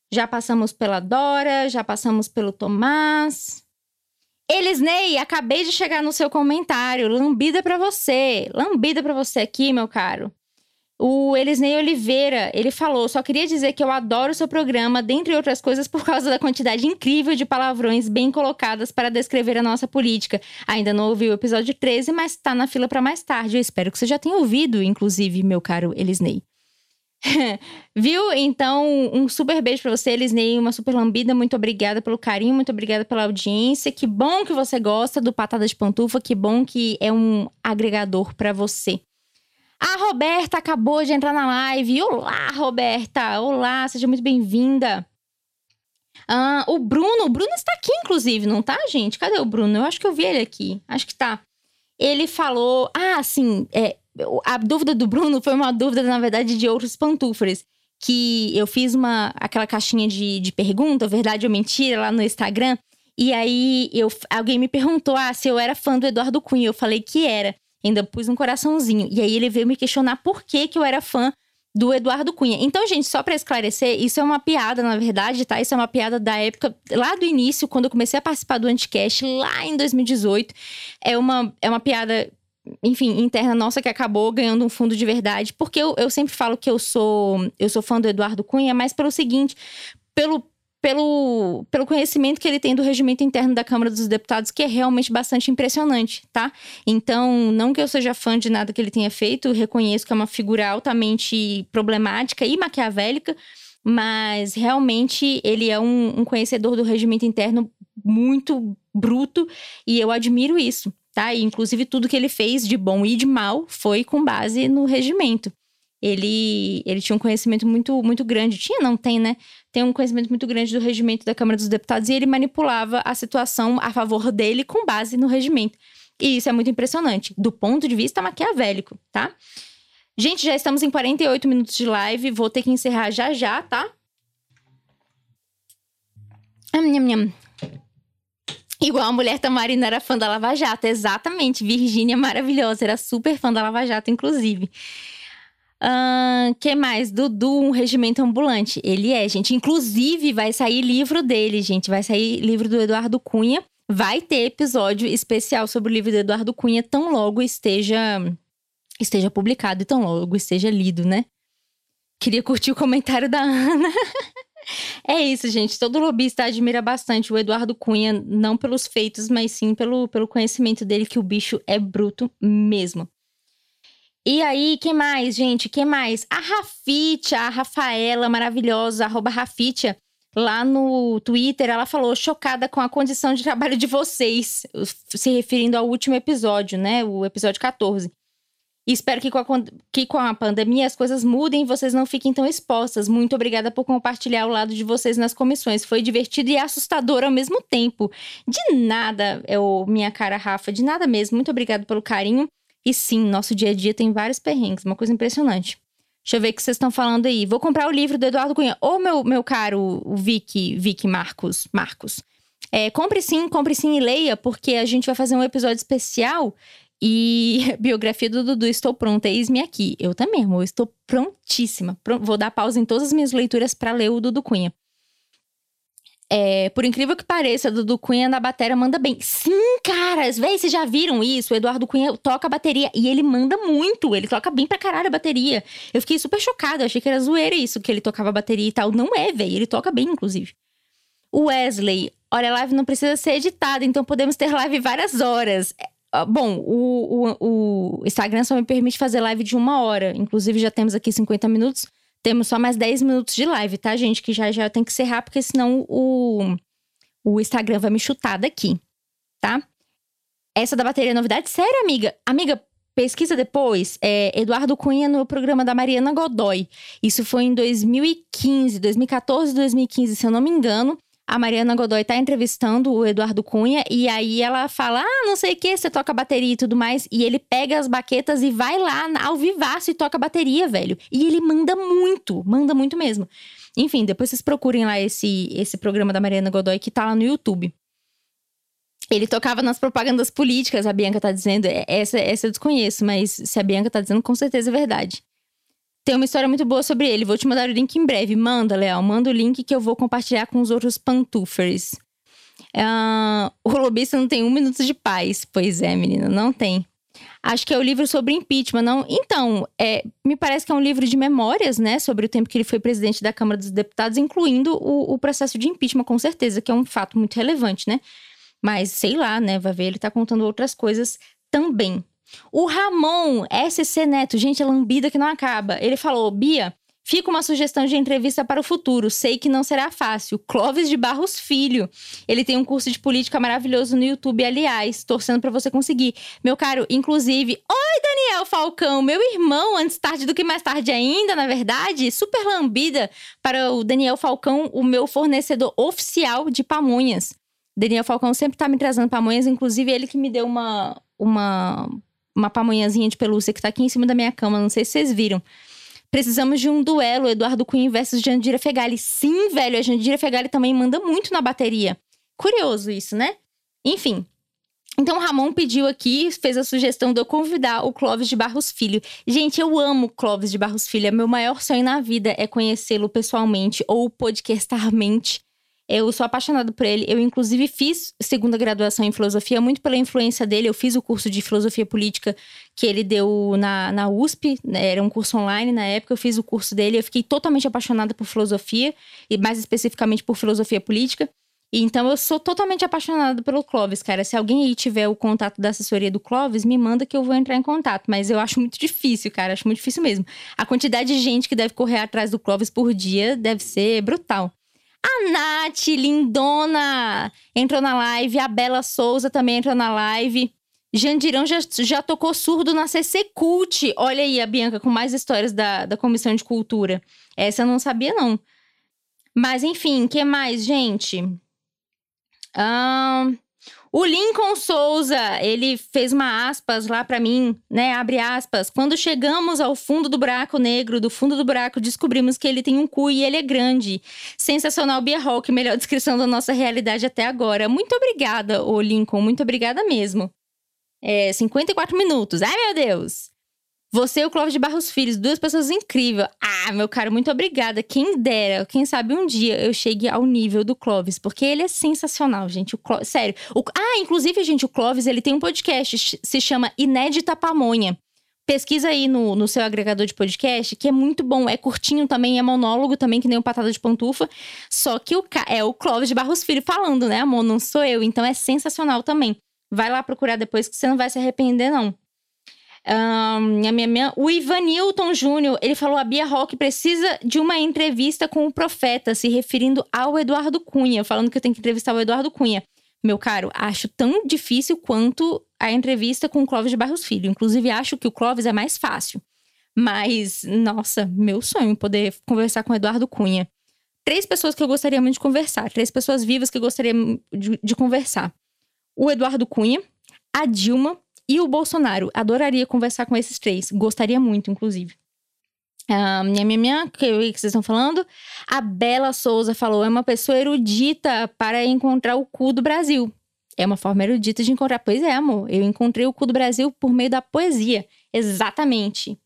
Já passamos pela Dora, já passamos pelo Tomás. Elisnei, acabei de chegar no seu comentário. Lambida pra você. Lambida pra você aqui, meu caro. O Elisnei Oliveira, ele falou: só queria dizer que eu adoro o seu programa, dentre outras coisas, por causa da quantidade incrível de palavrões bem colocadas para descrever a nossa política. Ainda não ouvi o episódio treze, mas tá na fila para mais tarde. Eu espero que você já tenha ouvido, inclusive, meu caro Elisnei. Viu? Então, um super beijo pra você, Elisnei. Uma super lambida. Muito obrigada pelo carinho, muito obrigada pela audiência. Que bom que você gosta do Patada de Pantufa. Que bom que é um agregador pra você. A Roberta acabou de entrar na live. Olá, Roberta! Olá, seja muito bem-vinda. Ah, o Bruno, o Bruno está aqui, inclusive, não tá, gente? Cadê o Bruno? Eu acho que eu vi ele aqui. Acho que tá. Ele falou... Ah, sim, é, a dúvida do Bruno foi uma dúvida, na verdade, de outros pantufres. Que eu fiz uma, aquela caixinha de, de pergunta, verdade ou mentira, lá no Instagram. E aí, eu, alguém me perguntou ah, se eu era fã do Eduardo Cunha. Eu falei que era. Ainda pus um coraçãozinho. E aí ele veio me questionar por que, que eu era fã do Eduardo Cunha. Então, gente, só pra esclarecer, isso é uma piada, na verdade, tá? Isso é uma piada da época, lá do início, quando eu comecei a participar do Anticast, lá em dois mil e dezoito. É uma, é uma piada, enfim, interna nossa que acabou ganhando um fundo de verdade. Porque eu, eu sempre falo que eu sou, eu sou fã do Eduardo Cunha, mas pelo seguinte, pelo... Pelo, pelo conhecimento que ele tem do regimento interno da Câmara dos Deputados, que é realmente bastante impressionante, tá? Então, não que eu seja fã de nada que ele tenha feito, reconheço que é uma figura altamente problemática e maquiavélica, mas realmente ele é um, um conhecedor do regimento interno muito bruto e eu admiro isso, tá? E, inclusive, tudo que ele fez de bom e de mal foi com base no regimento. Ele, ele tinha um conhecimento muito, muito grande. Tinha, não tem, né? Tem um conhecimento muito grande do regimento da Câmara dos Deputados e ele manipulava a situação a favor dele com base no regimento. E isso é muito impressionante, do ponto de vista maquiavélico, tá? Gente, já estamos em quarenta e oito minutos de live. Vou ter que encerrar já já, tá? Nham, nham. Igual a mulher Tamarina era fã da Lava Jato. Exatamente. Virgínia maravilhosa. Era super fã da Lava Jato, inclusive. Uh, que mais? Dudu, um regimento ambulante. Ele é, gente. Inclusive, vai sair livro dele, gente. Vai sair livro do Eduardo Cunha. Vai ter episódio especial sobre o livro do Eduardo Cunha, tão logo esteja, esteja publicado e tão logo esteja lido, né? Queria curtir o comentário da Ana. É isso, gente. Todo lobista admira bastante o Eduardo Cunha, não pelos feitos, mas sim pelo, pelo conhecimento dele, que o bicho é bruto mesmo. E aí, que mais, gente? Que mais? A Rafitia, a Rafaela maravilhosa, arroba Rafitia, lá no Twitter, ela falou, chocada com a condição de trabalho de vocês, se referindo ao último episódio, né? O episódio catorze. E espero que com, a, que com a pandemia as coisas mudem e vocês não fiquem tão expostas. Muito obrigada por compartilhar o lado de vocês nas comissões. Foi divertido e assustador ao mesmo tempo. De nada, eu, minha cara Rafa, de nada mesmo. Muito obrigada pelo carinho. E sim, nosso dia a dia tem vários perrengues, uma coisa impressionante. Deixa eu ver o que vocês estão falando aí. Vou comprar o livro do Eduardo Cunha. Ô, meu, meu caro o Vicky, Vicky Marcos, Marcos. É, compre sim, compre sim e leia, porque a gente vai fazer um episódio especial e biografia do Dudu, estou pronta, eis-me aqui. Eu também, amor, estou prontíssima. Pro... Vou dar pausa em todas as minhas leituras para ler o Dudu Cunha. É, por incrível que pareça, Dudu Cunha na bateria manda bem. Sim, caras, véi, vocês já viram isso? O Eduardo Cunha toca a bateria e ele manda muito. Ele toca bem pra caralho a bateria. Eu fiquei super chocada, eu achei que era zoeira isso, que ele tocava a bateria e tal. Não é, véi, ele toca bem, inclusive. O Wesley, olha, a live não precisa ser editada, então podemos ter live várias horas. Bom, o, o, o Instagram só me permite fazer live de uma hora. Inclusive, já temos aqui cinquenta minutos. Temos só mais dez minutos de live, tá, gente? Que já já tem que encerrar, porque senão o, o Instagram vai me chutar daqui, tá? Essa da bateria é novidade? Sério, amiga? Amiga, pesquisa depois. É Eduardo Cunha no programa da Mariana Godoy. Isso foi em dois mil e quinze, dois mil e catorze, dois mil e quinze, se eu não me engano. A Mariana Godoy tá entrevistando o Eduardo Cunha e aí ela fala, ah, não sei o que, você toca bateria e tudo mais. E ele pega as baquetas e vai lá ao vivaço e toca bateria, velho. E ele manda muito, manda muito mesmo. Enfim, depois vocês procurem lá esse, esse programa da Mariana Godoy que tá lá no YouTube. Ele tocava nas propagandas políticas, a Bianca tá dizendo. Essa, essa eu desconheço, mas se a Bianca tá dizendo, com certeza é verdade. Tem uma história muito boa sobre ele. Vou te mandar o link em breve. Manda, Leal. Manda o link que eu vou compartilhar com os outros pantufers. Uh, o lobista não tem um minuto de paz. Pois é, menina, não tem. Acho que é o livro sobre impeachment, não? Então, é, me parece que é um livro de memórias, né? Sobre o tempo que ele foi presidente da Câmara dos Deputados, incluindo o, o processo de impeachment, com certeza, que é um fato muito relevante, né? Mas, sei lá, né? Vai ver, ele tá contando outras coisas também. O Ramon S C Neto, gente, é lambida que não acaba. Ele falou, Bia, fica uma sugestão de entrevista para o futuro. Sei que não será fácil. Clóvis de Barros Filho. Ele tem um curso de política maravilhoso no YouTube, aliás. Torcendo para você conseguir. Meu caro, inclusive... Oi, Daniel Falcão, meu irmão, antes tarde do que mais tarde ainda, na verdade. Super lambida para o Daniel Falcão, o meu fornecedor oficial de pamonhas. Daniel Falcão sempre tá me trazendo pamonhas. Inclusive, ele que me deu uma... uma... uma pamonhazinha de pelúcia que tá aqui em cima da minha cama. Não sei se vocês viram. Precisamos de um duelo, Eduardo Cunha versus Jandira Fegali. Sim, velho, a Jandira Fegali também manda muito na bateria. Curioso isso, né? Enfim. Então, o Ramon pediu aqui, fez a sugestão de eu convidar o Clóvis de Barros Filho. Gente, eu amo o Clóvis de Barros Filho. Meu maior sonho na vida é conhecê-lo pessoalmente ou podcastarmente. Eu sou apaixonada por ele. Eu, inclusive, fiz segunda graduação em filosofia, muito pela influência dele. Eu fiz o curso de filosofia política que ele deu na, na U S P, né? Era um curso online na época. Eu fiz o curso dele. Eu fiquei totalmente apaixonada por filosofia, e mais especificamente por filosofia política. E então, eu sou totalmente apaixonada pelo Clóvis, cara. Se alguém aí tiver o contato da assessoria do Clóvis, me manda que eu vou entrar em contato. Mas eu acho muito difícil, cara. Acho muito difícil mesmo. A quantidade de gente que deve correr atrás do Clóvis por dia deve ser brutal. A Nath, lindona, entrou na live. A Bela Souza também entrou na live. Jandirão já, já tocou surdo na C C Cult. Olha aí a Bianca com mais histórias da, da Comissão de Cultura. Essa eu não sabia, não. Mas, enfim, o que mais, gente? Um, o Lincoln Souza, ele fez uma aspas lá pra mim, né? Abre aspas. Quando chegamos ao fundo do buraco negro, do fundo do buraco, descobrimos que ele tem um cu e ele é grande. Sensacional, Bia Hawk, melhor descrição da nossa realidade até agora. Muito obrigada, ô Lincoln, muito obrigada mesmo. É, cinquenta e quatro minutos. Ai, meu Deus! Você e o Clóvis de Barros Filhos, duas pessoas incríveis. Ah, meu caro, muito obrigada. Quem dera, quem sabe um dia eu chegue ao nível do Clóvis, porque ele é sensacional, gente. O Cló... Sério. O... Ah, inclusive, gente, o Clóvis, ele tem um podcast, se chama Inédita Pamonha. Pesquisa aí no, no seu agregador de podcast, que é muito bom. É curtinho também, é monólogo também, que nem o Patada de Pantufa. Só que o ca... é o Clóvis de Barros Filho falando, né, amor? Não sou eu. Então é sensacional também. Vai lá procurar depois que você não vai se arrepender, não. Um, a minha, minha, o Ivanilton Júnior, ele falou: a Bia Hawk precisa de uma entrevista com o Profeta, se referindo ao Eduardo Cunha, falando que eu tenho que entrevistar o Eduardo Cunha. Meu caro, acho tão difícil quanto a entrevista com o Clóvis de Barros Filho. Inclusive, acho que o Clóvis é mais fácil. Mas, nossa, meu sonho poder conversar com o Eduardo Cunha. Três pessoas que eu gostaria muito de conversar. Três pessoas vivas que eu gostaria de, de conversar. O Eduardo Cunha, a Dilma e o Bolsonaro. Adoraria conversar com esses três. Gostaria muito, inclusive. Ah, minha, minha, minha, o que, que vocês estão falando? A Bela Souza falou: é uma pessoa erudita para encontrar o cu do Brasil. É uma forma erudita de encontrar. Pois é, amor. Eu encontrei o cu do Brasil por meio da poesia. Exatamente.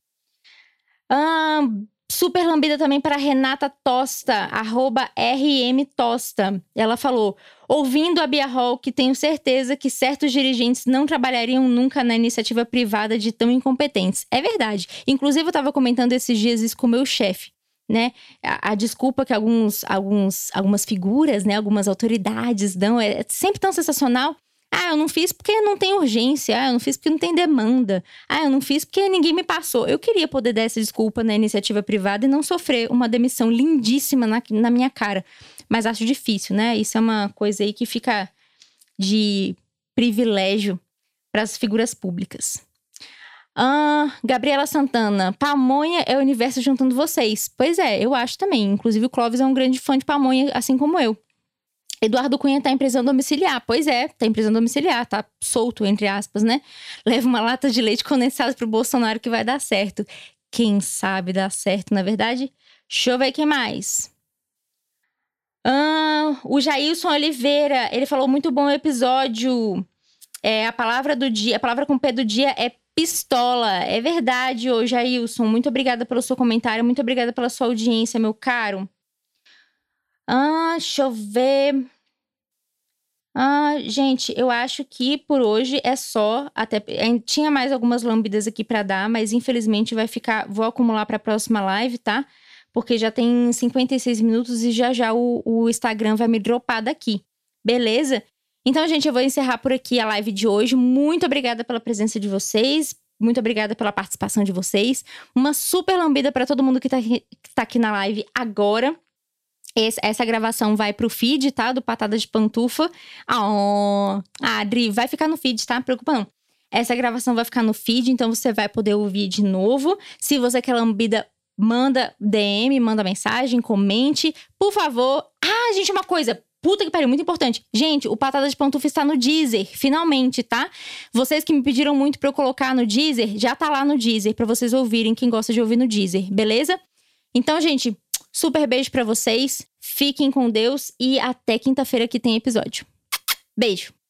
Ah, super lambida também para Renata Tosta, arroba R M Tosta. Ela falou: ouvindo a Bia Hawk, tenho certeza que certos dirigentes não trabalhariam nunca na iniciativa privada de tão incompetentes. É verdade. Inclusive, eu estava comentando esses dias isso com o meu chefe, né? A, a desculpa que alguns, alguns, algumas figuras, né, algumas autoridades dão é sempre tão sensacional. Ah, eu não fiz porque não tem urgência. Ah, eu não fiz porque não tem demanda. Ah, eu não fiz porque ninguém me passou. Eu queria poder dar essa desculpa na iniciativa privada e não sofrer uma demissão lindíssima na, na minha cara. Mas acho difícil, né? Isso é uma coisa aí que fica de privilégio para as figuras públicas. Ah, Gabriela Santana, pamonha é o universo juntando vocês. Pois é, eu acho também. Inclusive o Clóvis é um grande fã de pamonha, assim como eu. Eduardo Cunha tá em prisão domiciliar. Pois é, tá em prisão domiciliar, tá solto, entre aspas, né? Leva uma lata de leite condensado pro Bolsonaro que vai dar certo. Quem sabe dá certo, na é verdade? Deixa eu ver quem mais. Ah, o Jailson Oliveira, ele falou: muito bom episódio. É, a palavra do dia, a palavra com P do dia é pistola. É verdade, ô Jailson. Muito obrigada pelo seu comentário. Muito obrigada pela sua audiência, meu caro. Ah, deixa eu ver. Ah, gente, eu acho que por hoje é só. Até tinha mais algumas lambidas aqui pra dar, mas infelizmente vai ficar. Vou acumular pra próxima live, tá? Porque já tem cinquenta e seis minutos e já já o, o Instagram vai me dropar daqui. Beleza? Então, gente, eu vou encerrar por aqui a live de hoje. Muito obrigada pela presença de vocês. Muito obrigada pela participação de vocês. Uma super lambida pra todo mundo que tá, que tá aqui na live agora. Esse, essa gravação vai pro feed, tá? Do Patada de Pantufa. Oh, ah, Adri, vai ficar no feed, tá? Não preocupa não. Essa gravação vai ficar no feed, então você vai poder ouvir de novo. Se você quer lambida, manda D M, manda mensagem, comente. Por favor. Ah, gente, uma coisa. Puta que pariu, muito importante. Gente, o Patada de Pantufa está no Deezer, finalmente, tá? Vocês que me pediram muito pra eu colocar no Deezer, já tá lá no Deezer, pra vocês ouvirem, quem gosta de ouvir no Deezer, beleza? Então, gente... Super beijo pra vocês, fiquem com Deus e até quinta-feira que tem episódio. Beijo!